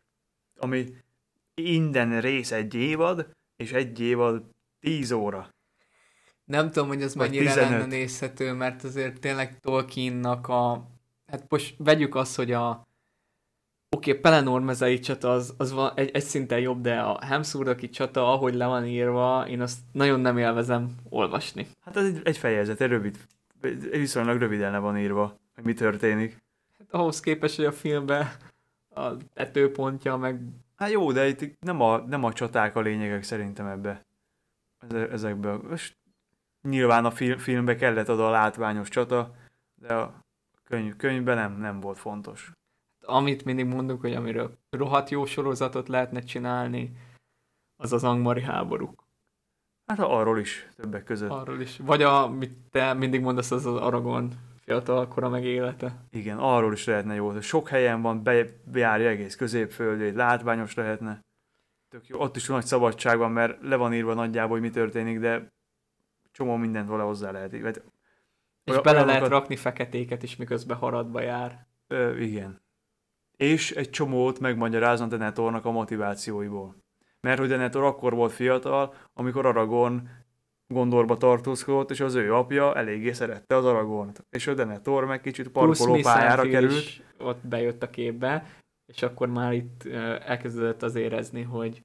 ami minden rész egy évad, és egy évad tíz óra. Nem tudom, hogy az Vagy mennyire tizenöt. lenne nézhető, mert azért tényleg Tolkiennak a... Hát most vegyük azt, hogy a... Oké, okay, Pelennor mezei csata az, az van egy, egy szinten jobb, de a Helm's-Uraki csata, ahogy le van írva, én azt nagyon nem élvezem olvasni. Hát ez egy, egy fejezet, egy rövid, viszonylag röviden le van írva, hogy mi történik. Hát ahhoz képest, hogy a filmben a tetőpontja, meg... Hát jó, de itt nem a, nem a csaták a lényegek szerintem ebbe. Ezekben. Most nyilván a film, filmbe kellett oda a látványos csata, de a könyv, könyvben nem, nem volt fontos. Amit mindig mondunk, hogy amiről rohadt jó sorozatot lehetne csinálni, az az angmari háborúk. Hát arról is, többek között. Arról is. Vagy amit te mindig mondasz, az az Aragorn fiatalkora meg élete. Igen, arról is lehetne jó. Sok helyen van, be, bejárja egész középföldét, látványos lehetne. Tök jó. Ott is nagy szabadság van, mert le van írva nagyjából, hogy mi történik, de csomó mindent vala hozzá lehet. És olyan, bele olyanokat... lehet rakni feketéket is, miközben haradba jár. Ö, igen. És egy csomót megmagyarázna Denethornak a motivációiból. Mert hogy Denethor akkor volt fiatal, amikor Aragorn Gondorba tartózkodott, és az ő apja eléggé szerette az Aragornt. És a Denethor meg kicsit parkolópályára került. Ott bejött a képbe, és akkor már itt elkezdődött az érezni, hogy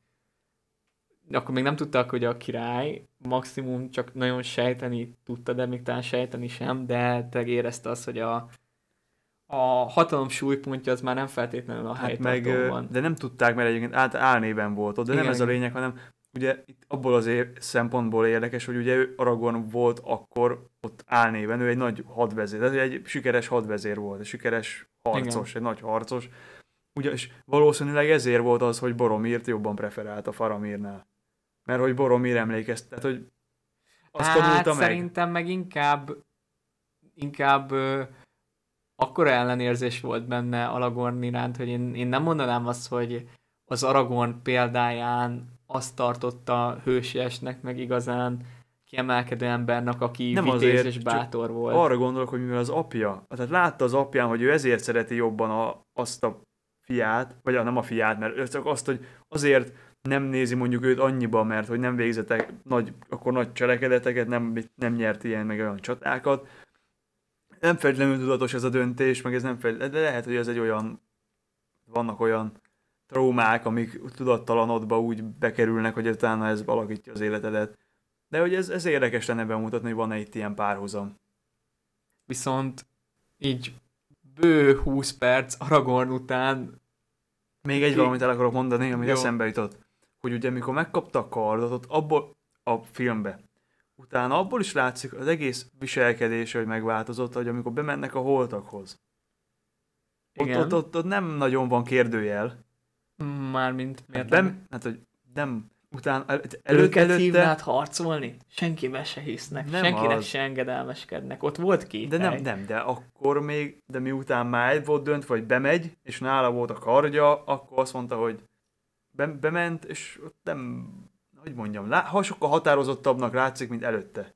akkor még nem tudtak, hogy a király maximum csak nagyon sejteni tudta, de még talán sejteni sem, de te érezte azt, hogy a a hatalom súlypontja az már nem feltétlenül a hát helytartóban. De nem tudták, mert egyébként át álnéven volt ott, de igen, nem ez a lényeg, hanem ugye itt abból az ér- szempontból érdekes, hogy ugye Aragorn volt akkor ott álnéven, ő egy nagy hadvezér, tehát egy sikeres hadvezér volt, egy sikeres harcos, igen. Egy nagy harcos. ugyanis valószínűleg ezért volt az, hogy Boromirt jobban preferált a Faramirnál. Mert hogy Boromir emlékeztet, hogy azt hát tanulta meg. szerintem meg inkább inkább ö, akkora ellenérzés volt benne Aragorn iránt, hogy én, én nem mondanám azt, hogy az Aragorn példáján azt tartotta hősiesnek, meg igazán kiemelkedő embernek, aki Nem vitéz azért, és bátor volt. Arra gondolok, hogy mivel az apja, tehát látta az apján, hogy ő ezért szereti jobban a, azt a fiát, vagy a, nem a fiát, mert csak azt, hogy azért nem nézi mondjuk őt annyiban, mert hogy nem végzetek nagy, akkor nagy cselekedeteket, nem, nem nyert ilyen meg olyan csatákat. Nem feltétlenül tudatos ez a döntés, meg ez nem feltétlenül, de lehet, hogy ez egy olyan, vannak olyan traumák, amik tudattalanodba úgy bekerülnek, hogy utána ez alakítja az életedet. De hogy ez, ez érdekes lenne bemutatni, hogy van-e itt ilyen párhuzam. Viszont így bő húsz perc Aragorn után Még egy Ki... valamit el akarok mondani, amit Jó. eszembe jutott. Hogy ugye mikor megkapta a kardot, ott abból a filmbe, utána abból is látszik az egész viselkedése, hogy megváltozott, hogy amikor bemennek a holtakhoz. Ott, igen, ott, ott, ott nem nagyon van kérdőjel. mármint miért Hát, nem? bem, hát hogy nem, utána, el, Előtt, előtt, előtte, hívnád harcolni? Senkibe se hisznek, Nem senkinek az. se engedelmeskednek. Ott volt két de nem, hely. nem, de akkor még, de miután már el volt döntve, hogy bemegy, és nála volt a kardja, akkor azt mondta, hogy be, bement, és ott nem, hogy mondjam, lá, ha sokkal határozottabbnak látszik, mint előtte.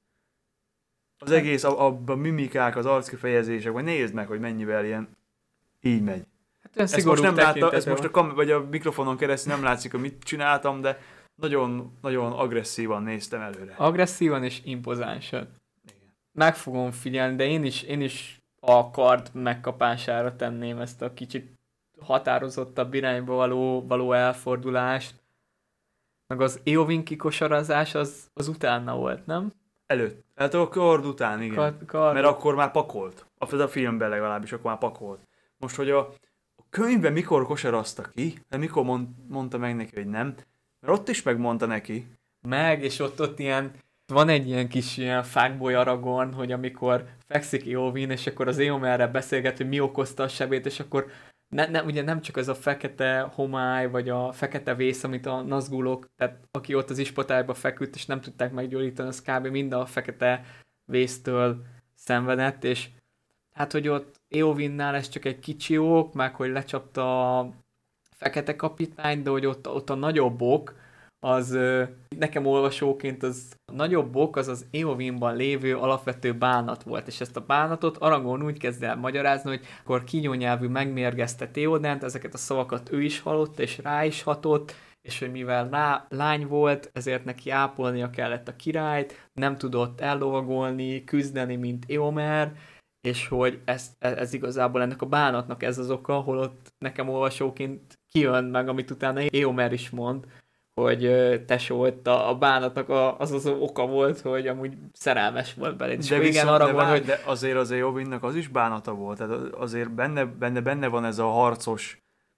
Az Hát- egész, a, a, a mimikák, az arckifejezések, vagy nézd meg, hogy mennyivel ilyen így megy. Hát olyan Ezt szigorú most nem látta, tekintete ezt most a, van. kam- vagy a mikrofonon keresztül nem látszik, hogy mit csináltam, de nagyon, nagyon agresszívan néztem előre. Agresszívan és impozánsan. Igen. Meg fogom figyelni, de én is, én is a kard megkapására tenném ezt a kicsit határozottabb irányba való, való elfordulást. Meg az Éowyn kikosarazás az, az utána volt, nem? Előtt. Hát a kard után, igen. Kard, kard. Mert akkor már pakolt. A, a filmben legalábbis akkor már pakolt. Most, hogy a, a könyvben mikor kosarazta ki, de mikor mond, mondta meg neki, hogy nem, mert ott is megmondta neki. Meg, és ott, ott ilyen, van egy ilyen kis ilyen fuckboy Aragorn, hogy amikor fekszik Éowyn, és akkor az Éomerrel beszélget, hogy mi okozta a sebét, és akkor ne, ne, ugye nem csak az a fekete homály, vagy a fekete vész, amit a nazgulok, tehát aki ott az ispotályba feküdt, és nem tudták meggyógyítani, az kb. Mind a fekete vésztől szenvedett, és hát, hogy ott Éowynnál ez csak egy kicsi ok, meg hogy lecsapta a fekete kapitány, de hogy ott, ott a nagyobb ok, az ö, nekem olvasóként az a nagyobb ok az az Éowynban lévő alapvető bánat volt, és ezt a bánatot Aragorn úgy kezd el magyarázni, hogy akkor kígyónyelvű megmérgezte Théodent, ezeket a szavakat ő is hallott, és rá is hatott, és hogy mivel rá, lány volt, ezért neki ápolnia kellett a királyt, nem tudott ellovagolni, küzdeni, mint Éomer, és hogy ez, ez, ez igazából ennek a bánatnak ez az oka, holott nekem olvasóként kijön meg, amit utána Éomer is mond, hogy ö, tesó, ott a, a bánatnak a, az az oka volt, hogy amúgy szerelmes volt belé. És De, igen, viszont, arra de, van, vár, hogy de azért az Éowynnak az is bánata volt. Tehát azért benne, benne, benne van ez a harcos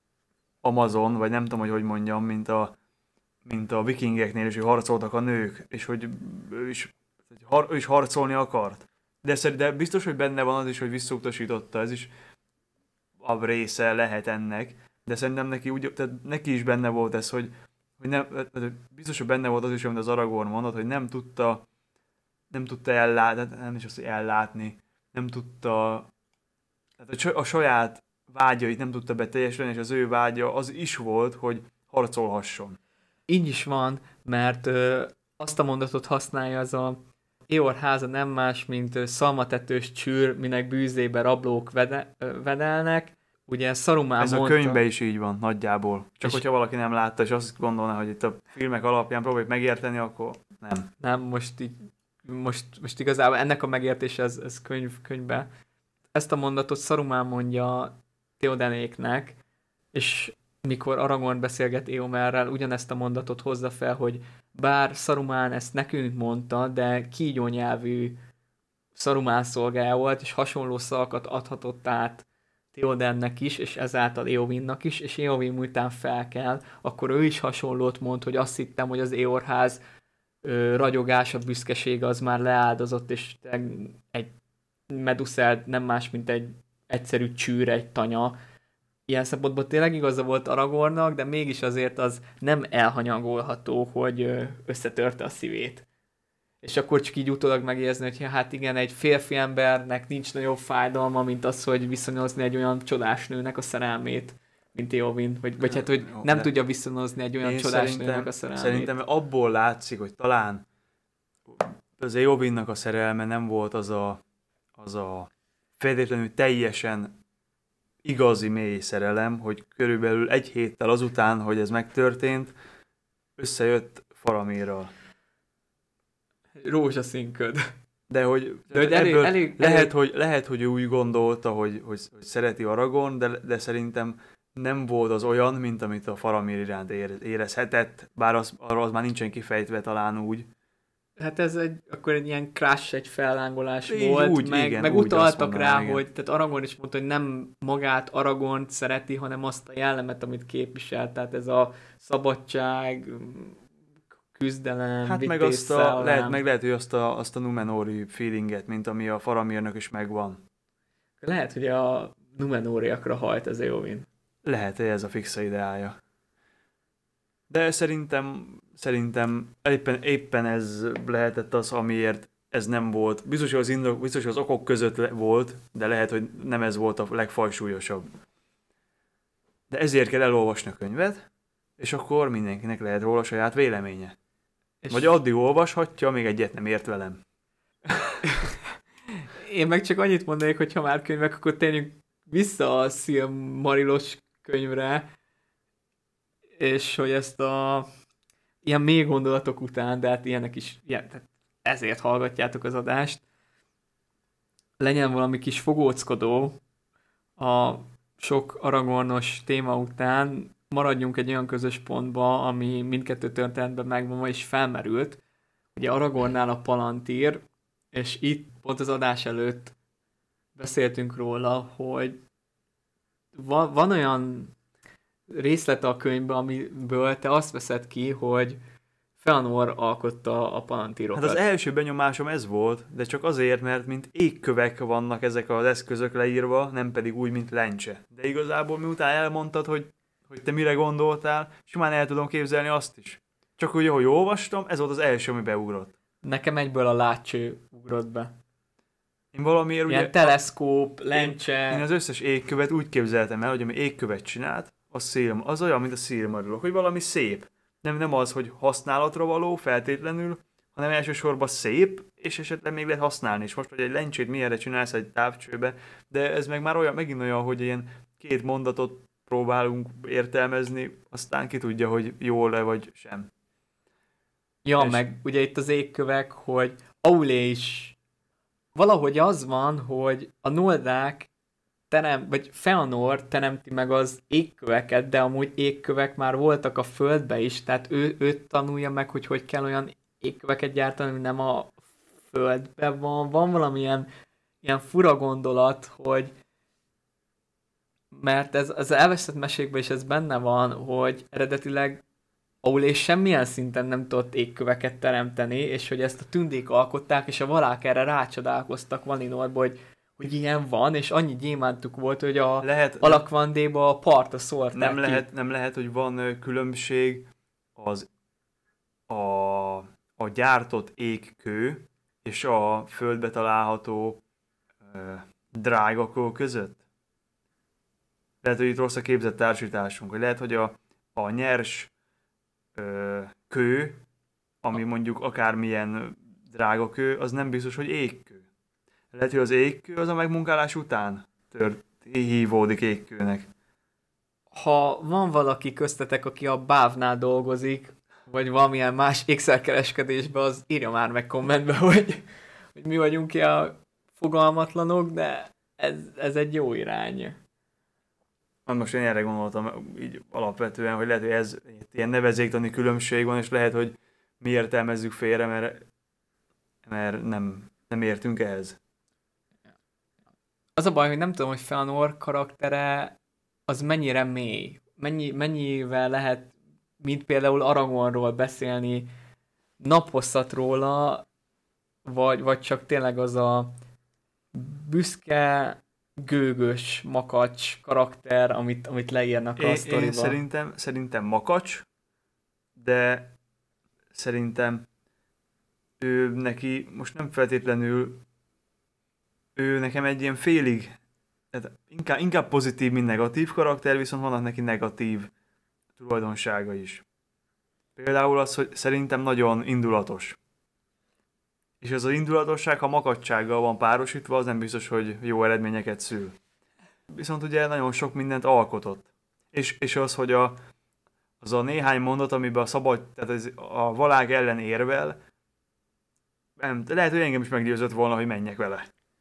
Amazon, vagy nem tudom, hogy hogy mondjam, mint a, mint a vikingeknél is, hogy harcoltak a nők, és hogy ő is, har, ő is harcolni akart. De, szerint, de biztos, hogy benne van az is, hogy visszautasította, ez is a része lehet ennek, de szerintem neki, úgy, tehát neki is benne volt ez, hogy, hogy nem, biztos, hogy benne volt az is, amit az Aragorn mondott, hogy nem tudta nem tudta ellátni, nem is azt, hogy ellátni, nem tudta, tehát a saját vágyait nem tudta beteljesíteni, és az ő vágya az is volt, hogy harcolhasson. így is van, mert ö, azt a mondatot használja az a Éor háza nem más, mint ö, szalmatetős csűr, minek bűzébe rablók vede, ö, vedelnek. Ugye Szarumán Ez mondta, a könyvben is így van, nagyjából. Csak és hogyha valaki nem látta, és azt gondolná, hogy itt a filmek alapján próbáljuk megérteni, akkor nem. nem, most így, most, most igazából ennek a megértése ez, ez könyv, könyvben. Ezt a mondatot Szarumán mondja Théodenéknek, és mikor Aragorn beszélget Éomerrel, ugyanezt a mondatot hozza fel, hogy bár Szarumán ezt nekünk mondta, de kígyó nyelvű Szarumán szolgája volt, és hasonló szavakat adhatott át Théodennek is, és ezáltal Éowynnak is, és Éowyn után fel kell, akkor ő is hasonlót mond, hogy azt hittem, hogy az Éorház ö, ragyogása, büszkesége az már leáldozott, és egy Meduseld nem más, mint egy egyszerű csűr, egy tanya, ilyen szempontból tényleg igaza volt Aragornnak, de mégis azért az nem elhanyagolható, hogy ö, összetörte a szívét. És akkor csak így utólag megérzni, hogy hát igen, egy férfi embernek nincs nagyobb fájdalma, mint az, hogy viszonyozni egy olyan csodás nőnek a szerelmét, mint Éowyn, vagy, vagy hát, hogy Jó, nem de tudja viszonyozni egy olyan én csodás szerintem, nőnek a szerelmét. Szerintem abból látszik, hogy talán az Éowynnak a szerelme nem volt az a, az a feltétlenül teljesen igazi mély szerelem, hogy körülbelül egy héttel azután, hogy ez megtörtént, összejött Faramirral. Rózsaszínköd. De hogy, De hogy elég, ebből elég, lehet, elég... hogy, lehet, hogy ő úgy gondolta, hogy, hogy, hogy szereti Aragorn, de, de szerintem nem volt az olyan, mint amit a Faramir iránt érezhetett, bár az, arra az már nincsen kifejtve talán úgy. Hát ez egy, akkor egy ilyen crash, egy fellángolás Így, volt, úgy, meg, igen, meg úgy utaltak azt rá, mondanám, hogy tehát Aragorn is mondta, hogy nem magát Aragornt szereti, hanem azt a jellemet, amit képvisel, tehát ez a szabadság, küzdelem, Hát meg, azt a, lehet, meg lehet, hogy azt a, azt a Numenori feelinget, mint ami a Faramirnak is megvan. Lehet, hogy a Numenóriakra hajt az Éowyn. Lehet, hogy ez a fixa ideája. De szerintem, szerintem éppen, éppen ez lehetett az, amiért ez nem volt. Biztos, hogy az, indok, biztos, hogy az okok között le, volt, de lehet, hogy nem ez volt a legfajsúlyosabb. De ezért kell elolvasni a könyvet, és akkor mindenkinek lehet róla saját véleménye. És vagy addig olvashatja, még egyet nem ért velem. Én meg csak annyit mondanék, hogy ha már könyvek, akkor térjünk vissza a Silmarilos könyvre, és hogy ezt a ilyen mély gondolatok után, de hát ilyenek is, ilyen, tehát ezért hallgatjátok az adást, legyen valami kis fogóckodó a sok Aragornos téma után, maradjunk egy olyan közös pontba, ami mindkettő történetben megvan, ma is felmerült. Ugye Aragornnál a Palantír, és itt pont az adás előtt beszéltünk róla, hogy van, van olyan részlete a könyvben, amiből te azt veszed ki, hogy Feanor alkotta a palantírokat. Hát az első benyomásom ez volt, de csak azért, mert mint égkövek vannak ezek az eszközök leírva, nem pedig úgy, mint lencse. De igazából miután elmondtad, hogy, hogy te mire gondoltál, simán el tudom képzelni azt is. Csak úgy, ahogy olvastam, ez volt az első, ami beugrott. Nekem egyből a látcső ugrott be. Én valamiért ilyen ugye... teleszkóp, lencse... Én, én az összes égkövet úgy képzeltem el, hogy ami égkövet csinált, az, szél, az olyan, mint a Silmarillok, hogy valami szép. Nem, nem az, hogy használatra való feltétlenül, hanem elsősorban szép, és esetleg még lehet használni is. Most, hogy egy lencsét milyenre csinálsz egy távcsőbe, de ez meg már olyan, megint olyan, hogy ilyen két mondatot próbálunk értelmezni, aztán ki tudja, hogy jól-e vagy sem. Ja, és... meg ugye itt az égkövek, hogy Aulé is valahogy az van, hogy a noldák terem, vagy Feanor teremti meg az égköveket, de amúgy égkövek már voltak a földbe is, tehát ő, ő tanulja meg, hogy hogy kell olyan égköveket gyártani, ami nem a földben van. Van valamilyen ilyen fura gondolat, hogy mert ez az elveszett mesékben is ez benne van, hogy eredetileg Aulé semmilyen szinten nem tudott égköveket teremteni, és hogy ezt a tündék alkották, és a valák erre rácsodálkoztak Valinorba, hogy hogy ilyen van, és annyi gyémántuk volt, hogy a lehet, Alakvandéba a partra szólták nem ki. lehet, nem lehet, hogy van különbség az a, a gyártott égkő és a földbe található ö, drágakó között? Lehet, hogy itt rossz a képzett társításunk, vagy lehet, hogy a, a nyers ö, kő, ami mondjuk akármilyen drágakő, az nem biztos, hogy égkő. Lehet, hogy az égkő az a megmunkálás után tört, hívódik égkőnek. Ha van valaki köztetek, aki a bávnál dolgozik, vagy valamilyen más ékszerkereskedésben, az írja már meg kommentbe, hogy, hogy mi vagyunk ki a fogalmatlanok, de ez, ez egy jó irány. Most én erre gondoltam így alapvetően, hogy lehet, hogy ez ilyen nevezéktani különbség van, és lehet, hogy mi értelmezzük félre, mert, mert nem, nem értünk ehhez. Az a baj, hogy nem tudom, hogy Feanor karaktere az mennyire mély. Mennyi, mennyivel lehet, mint például Aragornról beszélni naphosszat róla, vagy, vagy csak tényleg az a büszke, gőgös, makacs karakter, amit, amit leírnak Én, a én sztoriba. szerintem, szerintem makacs, de szerintem ő neki most nem feltétlenül, ő nekem egy ilyen félig, tehát inkább, inkább pozitív, mint negatív karakter, viszont vannak neki negatív tulajdonsága is. Például az, hogy szerintem nagyon indulatos. És ez az indulatosság, ha makacsággal van párosítva, az nem biztos, hogy jó eredményeket szül. Viszont ugye nagyon sok mindent alkotott. És, és az, hogy a, az a néhány mondat, amiben a szabad, tehát ez a valág ellen érvel, nem, lehet, hogy engem is meggyőzött volna, hogy menjek vele.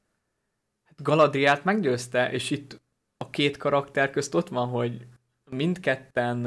Galadrielt meggyőzte, és itt a két karakter közt ott van, hogy mindketten,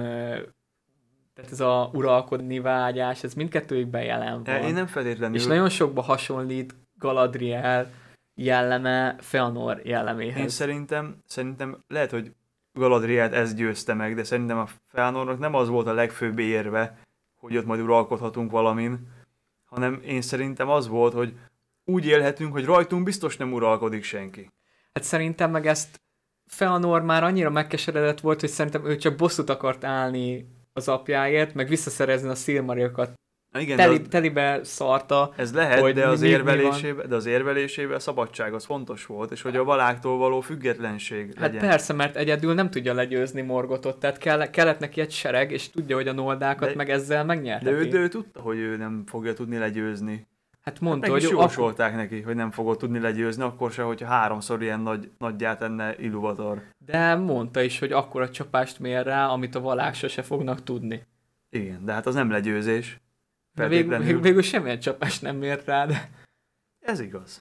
tehát ez a uralkodni vágyás, ez mindkettőjükben jelen van. Én nem feltétlenül. És nagyon sokba hasonlít Galadriel jelleme Feanor jelleméhez. Én szerintem, szerintem lehet, hogy Galadrielt ez győzte meg, de szerintem a Feanornak nem az volt a legfőbb érve, hogy ott majd uralkodhatunk valamin, hanem én szerintem az volt, hogy úgy élhetünk, hogy rajtunk biztos nem uralkodik senki. Hát szerintem meg ezt Feanor már annyira megkeseredett volt, hogy szerintem ő csak bosszút akart állni az apjáért, meg visszaszerezni a Silmariokat. Igen, Teli, az, telibe szarta. ez lehet, hogy de az, mi- mi- mi érvelésében, de az érvelésében a szabadság az fontos volt, és hogy a valágtól való függetlenség Hát legyen. persze, mert egyedül nem tudja legyőzni Morgotot, tehát kell, kellett neki egy sereg, és tudja, hogy a noldákat De- meg ezzel De megnyerheti. ő, de ő tudta, hogy ő nem fogja tudni legyőzni. Hát Mondta, mondta, meg is hogy akkor, jósolták neki, hogy nem fogod tudni legyőzni, akkor se, hogyha háromszor ilyen nagy, nagyját enne Ilúvatar. de mondta is, hogy akkora csapást mér rá, amit a valák sose fognak tudni. Igen, de hát az nem legyőzés. De végül, Feltétlenül. végül, végül semmilyen csapást nem mért rá, de, Ez igaz.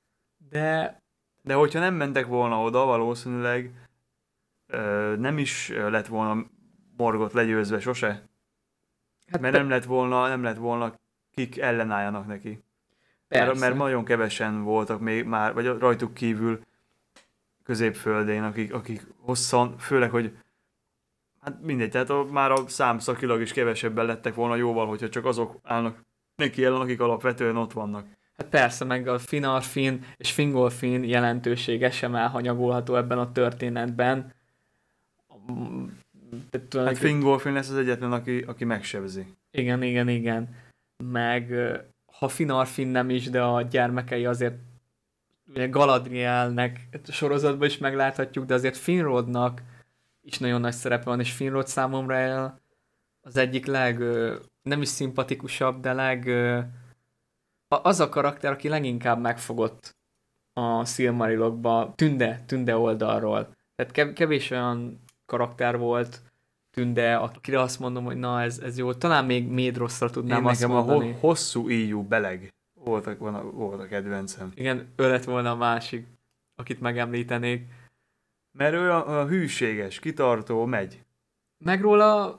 de De hogyha nem mentek volna oda, valószínűleg ö, nem is lett volna Morgot legyőzve sose. hát Mert nem lett volna, nem lett volna kik ellenálljanak neki. Mert, persze. mert nagyon kevesen voltak még már, vagy rajtuk kívül középföldén, akik, akik hosszan, főleg, hogy hát mindegy, tehát a, már a számszakilag is kevesebben lettek volna jóval, hogyha csak azok állnak neki ellen, akik alapvetően ott vannak. Hát persze, meg a Finarfin és Fingolfin jelentősége sem elhanyagolható ebben a történetben. Tehát Hát tulajdonképpen- Fingolfin lesz az egyetlen, aki, aki megsebzi. Igen, igen, igen. Meg ö, ha Finarfin nem is, de a gyermekei azért ugye Galadrielnek sorozatban is megláthatjuk, de azért Finrodnak is nagyon nagy szerepe van, és Finrod számomra el az egyik leg, ö, nem is szimpatikusabb, de leg ö, a- az a karakter, aki leginkább megfogott a Silmarilokba Tünde, Tünde oldalról. Tehát kev- kevés olyan karakter volt Tünde, akire azt mondom, hogy na ez, ez jó. Talán még Médrosszra tudnám Én azt nekem a mondani. ho- hosszú íjú beleg volt a, van a, volt a kedvencem. Igen, ő lett volna a másik, akit megemlítenék. Mert ő a, a hűséges, kitartó, megy. Meg róla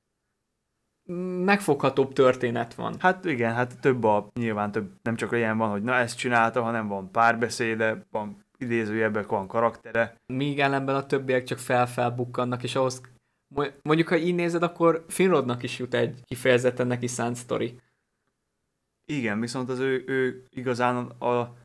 megfoghatóbb történet van. Hát igen, hát több a, nyilván több, nem csak olyan van, hogy na ezt csinálta, hanem van párbeszéde, van idézőjebbek, van karaktere. Míg ellenben a többiek csak fel-felbukkannak, és ahhoz mondjuk, ha így nézed, akkor Finrodnak is jut egy kifejezetten neki szánt sztori. Igen, viszont az ő, ő igazán a,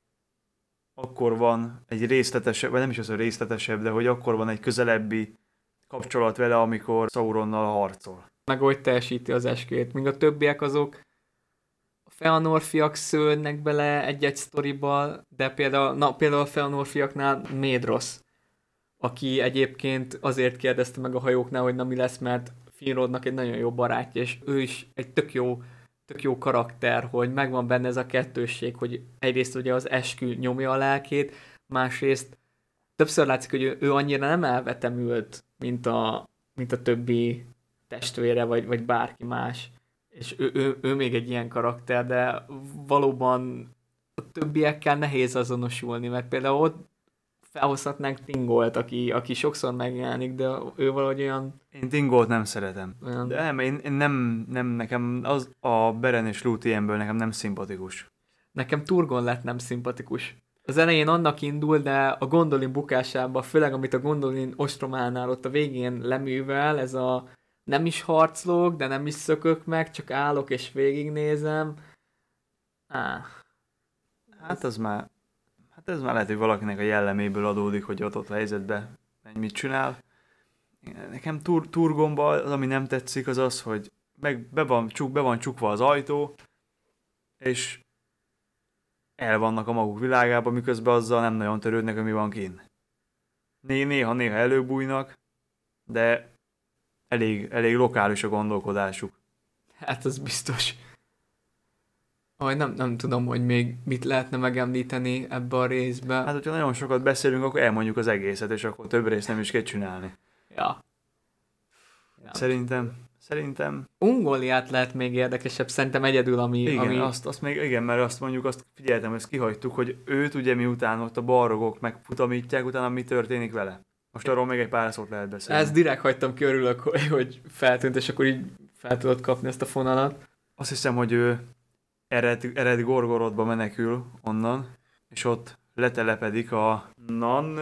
akkor van egy részletesebb, vagy nem is az, hogy részletesebb, de hogy akkor van egy közelebbi kapcsolat vele, amikor Sauronnal harcol. Meg hogy teljesíti az esküjét. Míg a többiek azok a Feanor fiak szőlnek bele egy-egy sztoriba, de például, na, például a Feanor fiaknál Médrosz, aki egyébként azért kérdezte meg a hajóknál, hogy na mi lesz, mert Finrodnak egy nagyon jó barátja, és ő is egy tök jó, tök jó karakter, hogy megvan benne ez a kettősség, hogy egyrészt ugye az eskü nyomja a lelkét, másrészt többször látszik, hogy ő, ő annyira nem elvetemült, mint a, mint a többi testvére, vagy, vagy bárki más. És ő, ő, ő még egy ilyen karakter, de valóban a többiekkel nehéz azonosulni, mert például ott felhozhatnánk Tingolt, aki, aki sokszor megjelenik, de ő valahogy olyan... Én Tingolt nem szeretem. olyan De nem, én, én nem, nem, nekem az a Beren és Lúthienből nekem nem szimpatikus. Nekem Turgon lett nem szimpatikus. Az elején annak indul, de a Gondolin bukásában, főleg amit a Gondolin ostrománál ott a végén leművel, ez a nem is harcolok, de nem is szökök meg, csak állok és végignézem. Á, Hát az már, Hát ez már lehet, hogy valakinek a jelleméből adódik, hogy ott ott a helyzetben mit csinál. Nekem tur, turgomba az, ami nem tetszik, az az, hogy meg be van, csuk, be van csukva az ajtó, és el vannak a maguk világában, miközben azzal nem nagyon törődnek, hogy mi van kint. Né- néha-néha előbújnak, de elég, elég lokális a gondolkodásuk. Hát az biztos. Aj, nem, nem tudom, hogy még mit lehetne megemlíteni ebbe a részbe. Hát, hogyha nagyon sokat beszélünk, akkor elmondjuk az egészet, és akkor több részt nem is kell csinálni. Ja. Nem. Szerintem, szerintem... Ungoliát lehet még érdekesebb, szerintem egyedül, ami... Igen, ami... Azt, azt még, igen, mert azt mondjuk, azt figyeltem, hogy ezt kihagytuk, hogy őt ugye miután ott a balrogok megfutamítják, utána mi történik vele. Most arról még egy pár szót lehet beszélni. Ezt direkt hagytam ki, örülök, hogy, hogy feltűnt, és akkor így fel tudod kapni ezt a fonalat. Azt hiszem, hogy ő ered, ered Gorgorodba menekül onnan, és ott letelepedik a Nan,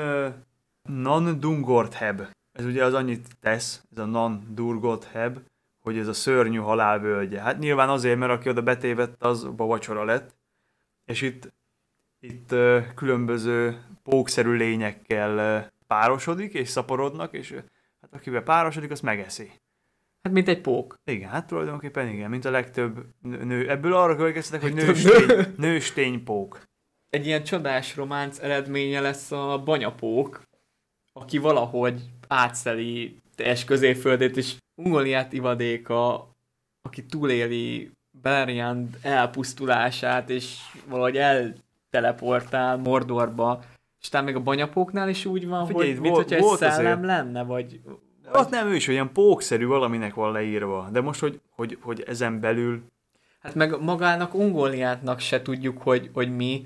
Nan Dungortheb. Ez ugye az annyit tesz, ez a Nan Dungortheb, hogy ez a szörnyű halálvölgye. Hát nyilván azért, mert aki oda betévedt, az a vacsora lett, és itt, itt különböző pókszerű lényekkel párosodik, és szaporodnak, és hát akivel párosodik, azt megeszi. Hát mint egy pók. Igen, hát tulajdonképpen igen, mint a legtöbb nő. Ebből arra következtetek, hogy nőstény, nősténypók. Egy ilyen csodás románc eredménye lesz a banyapók, aki valahogy átszeli teljes középföldét, és Ungoliát ivadéka, aki túléli Beleriand elpusztulását, és valahogy elteleportál Mordorba, és talán még a banyapóknál is úgy van, Figyelj, hogy mint volt, hogyha egy volt szellem azért. lenne, vagy... Ott nem ő is olyan pókszerű valaminek van leírva, de most, hogy, hogy, hogy ezen belül... Hát meg magának Ungoliátnak se tudjuk, hogy, hogy mi,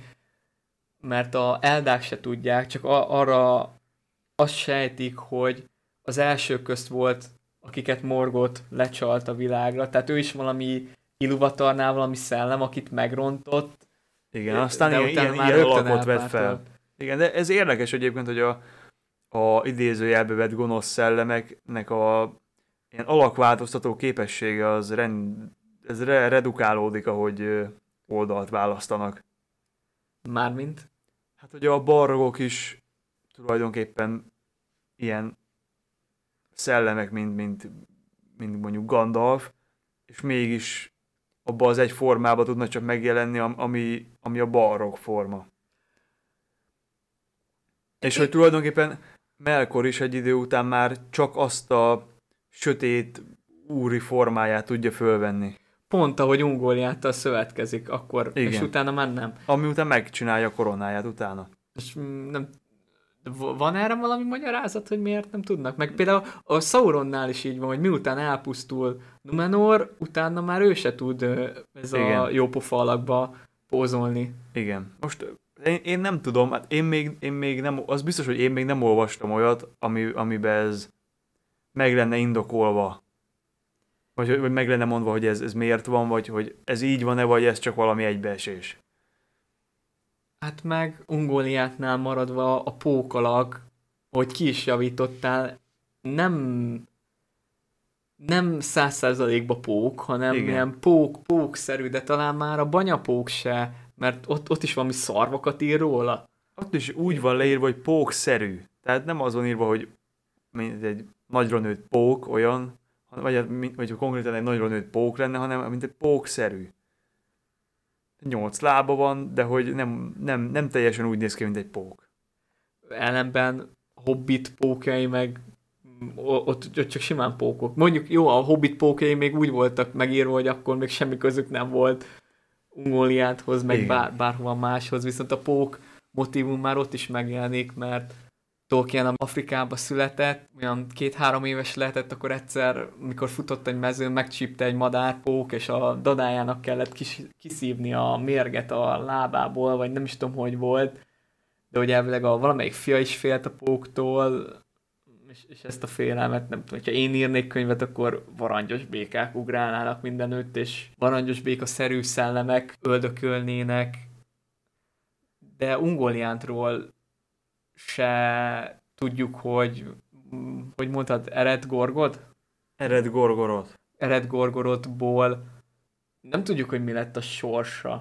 mert a Eldák se tudják, csak a, arra azt sejtik, hogy az első közt volt, akiket Morgoth lecsalt a világra, tehát ő is valami Iluvatarnál valami szellem, akit megrontott. Igen, aztán de ilyen, ilyen, ilyen alakot vett fel. Igen, de ez érdekes egyébként, hogy a, a idézőjelbe vett gonosz szellemeknek a ilyen alakváltoztató képessége az rend, ez re, redukálódik, ahogy oldalt választanak. Mármint? Hát, hogy a balrogok is tulajdonképpen ilyen szellemek, mint, mint, mint mondjuk Gandalf, és mégis abban az egy formában tudna csak megjelenni, ami, ami a balrog forma. És hogy tulajdonképpen Melkor is egy idő után már csak azt a sötét úri formáját tudja fölvenni. Pont ahogy Ungoliáttal szövetkezik, akkor, Igen. és utána már nem. Ami után megcsinálja a koronáját utána. És nem... Van erre valami magyarázat, hogy miért nem tudnak? Meg például a Sauronnál is így van, hogy miután elpusztul Numenor, utána már ő se tud ez Igen. a jópofa alakba pózolni. Igen. Most én, én nem tudom, hát én még, én még nem, az biztos, hogy én még nem olvastam olyat, ami, amiben ez meg lenne indokolva. Vagy, vagy meg lenne mondva, hogy ez, ez miért van, vagy hogy ez így van-e, vagy ez csak valami egybeesés. Hát meg Ungoliátnál maradva a pókalag, hogy ki is javítottál, nem nem száz százalékba pók, hanem Igen. ilyen pók, pókszerű, de talán már a banyapók se, mert ott, ott is valami szarvakat ír róla. Ott is úgy van leírva, hogy pókszerű. Tehát nem az van írva, hogy mint egy nagyra nőtt pók, olyan, vagy, vagy konkrétan egy nagyra nőtt pók lenne, hanem mint egy pókszerű. Nyolc lába van, de hogy nem, nem, nem teljesen úgy néz ki, mint egy pók. Ellenben Hobbit pókjai meg ott, ott csak simán pókok. Mondjuk jó, a Hobbit pókjai még úgy voltak megírva, hogy akkor még semmi közük nem volt Ungoliáthoz, meg bár, bárhova máshoz, viszont a pók motívum már ott is megjelenik, mert Tolkien Afrikába született, olyan két-három éves lehetett, akkor egyszer, mikor futott egy mezőn, megcsípte egy madárpók, és a dadájának kellett kis, kiszívni a mérget a lábából, vagy nem is tudom, hogy volt, de hogy elvileg a valamelyik fia is félt a póktól, és, és ezt a félelmet, nem tudom, hogyha én írnék könyvet, akkor varangyos békák ugrálnának mindenütt, és varangyos béka-szerű szellemek öldökölnének, de Ungoliántról se tudjuk, hogy hogy mondtad, Ered Gorgod? Ered Gorgoroth. Ered Gorgorothból nem tudjuk, hogy mi lett a sorsa.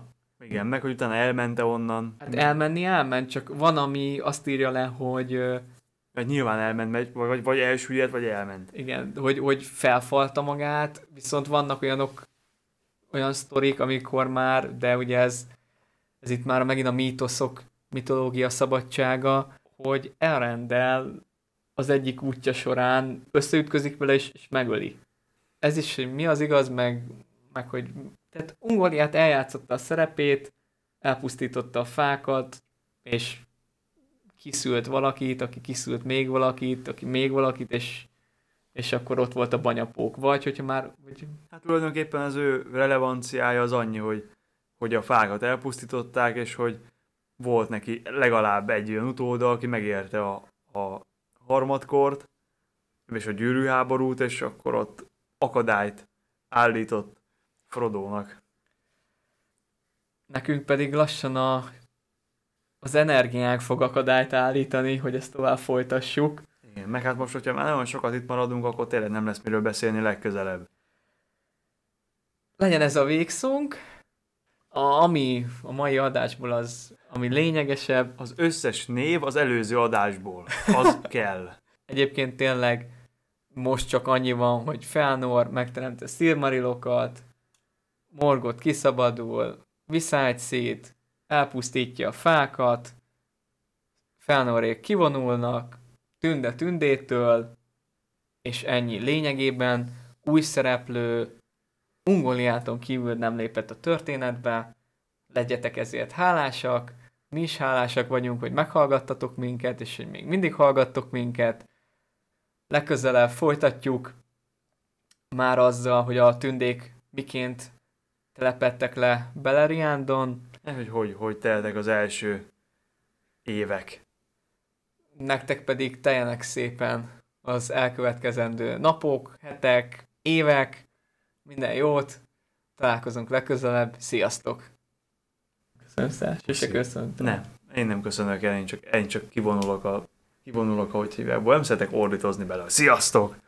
Igen, meg hogy utána elmente onnan. Hát elmenni elment, csak van, ami azt írja le, hogy... ö, Vagy nyilván elment, megy, vagy, vagy elsüllyedt, vagy elment. Igen, hogy, hogy felfalta magát, viszont vannak olyanok, olyan sztorik, amikor már, de ugye ez, ez itt már megint a mítoszok, mitológia szabadsága, hogy elrendel az egyik útja során, összeütközik vele és, és megöli. Ez is, hogy mi az igaz, meg, meg hogy... Tehát Ungoliát eljátszotta a szerepét, elpusztította a fákat, és kiszült valakit, aki kiszült még valakit, aki még valakit, és, és akkor ott volt a banyapók. Vagy hogyha már... Vagy... Hát tulajdonképpen az ő relevanciája az annyi, hogy, hogy a fákat elpusztították, és hogy volt neki legalább egy olyan utóda, aki megérte a, a harmadkort, és a gyűrűháborút, és akkor ott akadályt állított Frodónak. Nekünk pedig lassan a, az energiánk fog akadályt állítani, hogy ezt tovább folytassuk. Igen, meg hát most, hogyha már nagyon sokat itt maradunk, akkor tényleg nem lesz miről beszélni legközelebb. Legyen ez a végszónk. A, ami a mai adásból az, ami lényegesebb. Az összes név az előző adásból. Az kell. Egyébként tényleg most csak annyi van, hogy Fëanor megteremte Silmarilokat, Morgoth kiszabadul, viszály szét, elpusztítja a fákat, Fëanorék kivonulnak, Tünde Tündétől, és ennyi. Lényegében új szereplő Ungoliáton kívül nem lépett a történetbe, legyetek ezért hálásak, mi is hálásak vagyunk, hogy meghallgattatok minket, és hogy még mindig hallgattok minket. Legközelebb folytatjuk már azzal, hogy a tündék miként telepedtek le Beleriandon. Hogy, hogy, hogy teltek az első évek. Nektek pedig teljenek szépen az elkövetkezendő napok, hetek, évek, minden jót, találkozunk legközelebb, sziasztok! Köszönöm szépen, sose köszöntem. Nem, én nem köszönök el, én csak, én csak kivonulok, a, kivonulok, ahogy hívják, nem szeretek ordítozni bele. Sziasztok!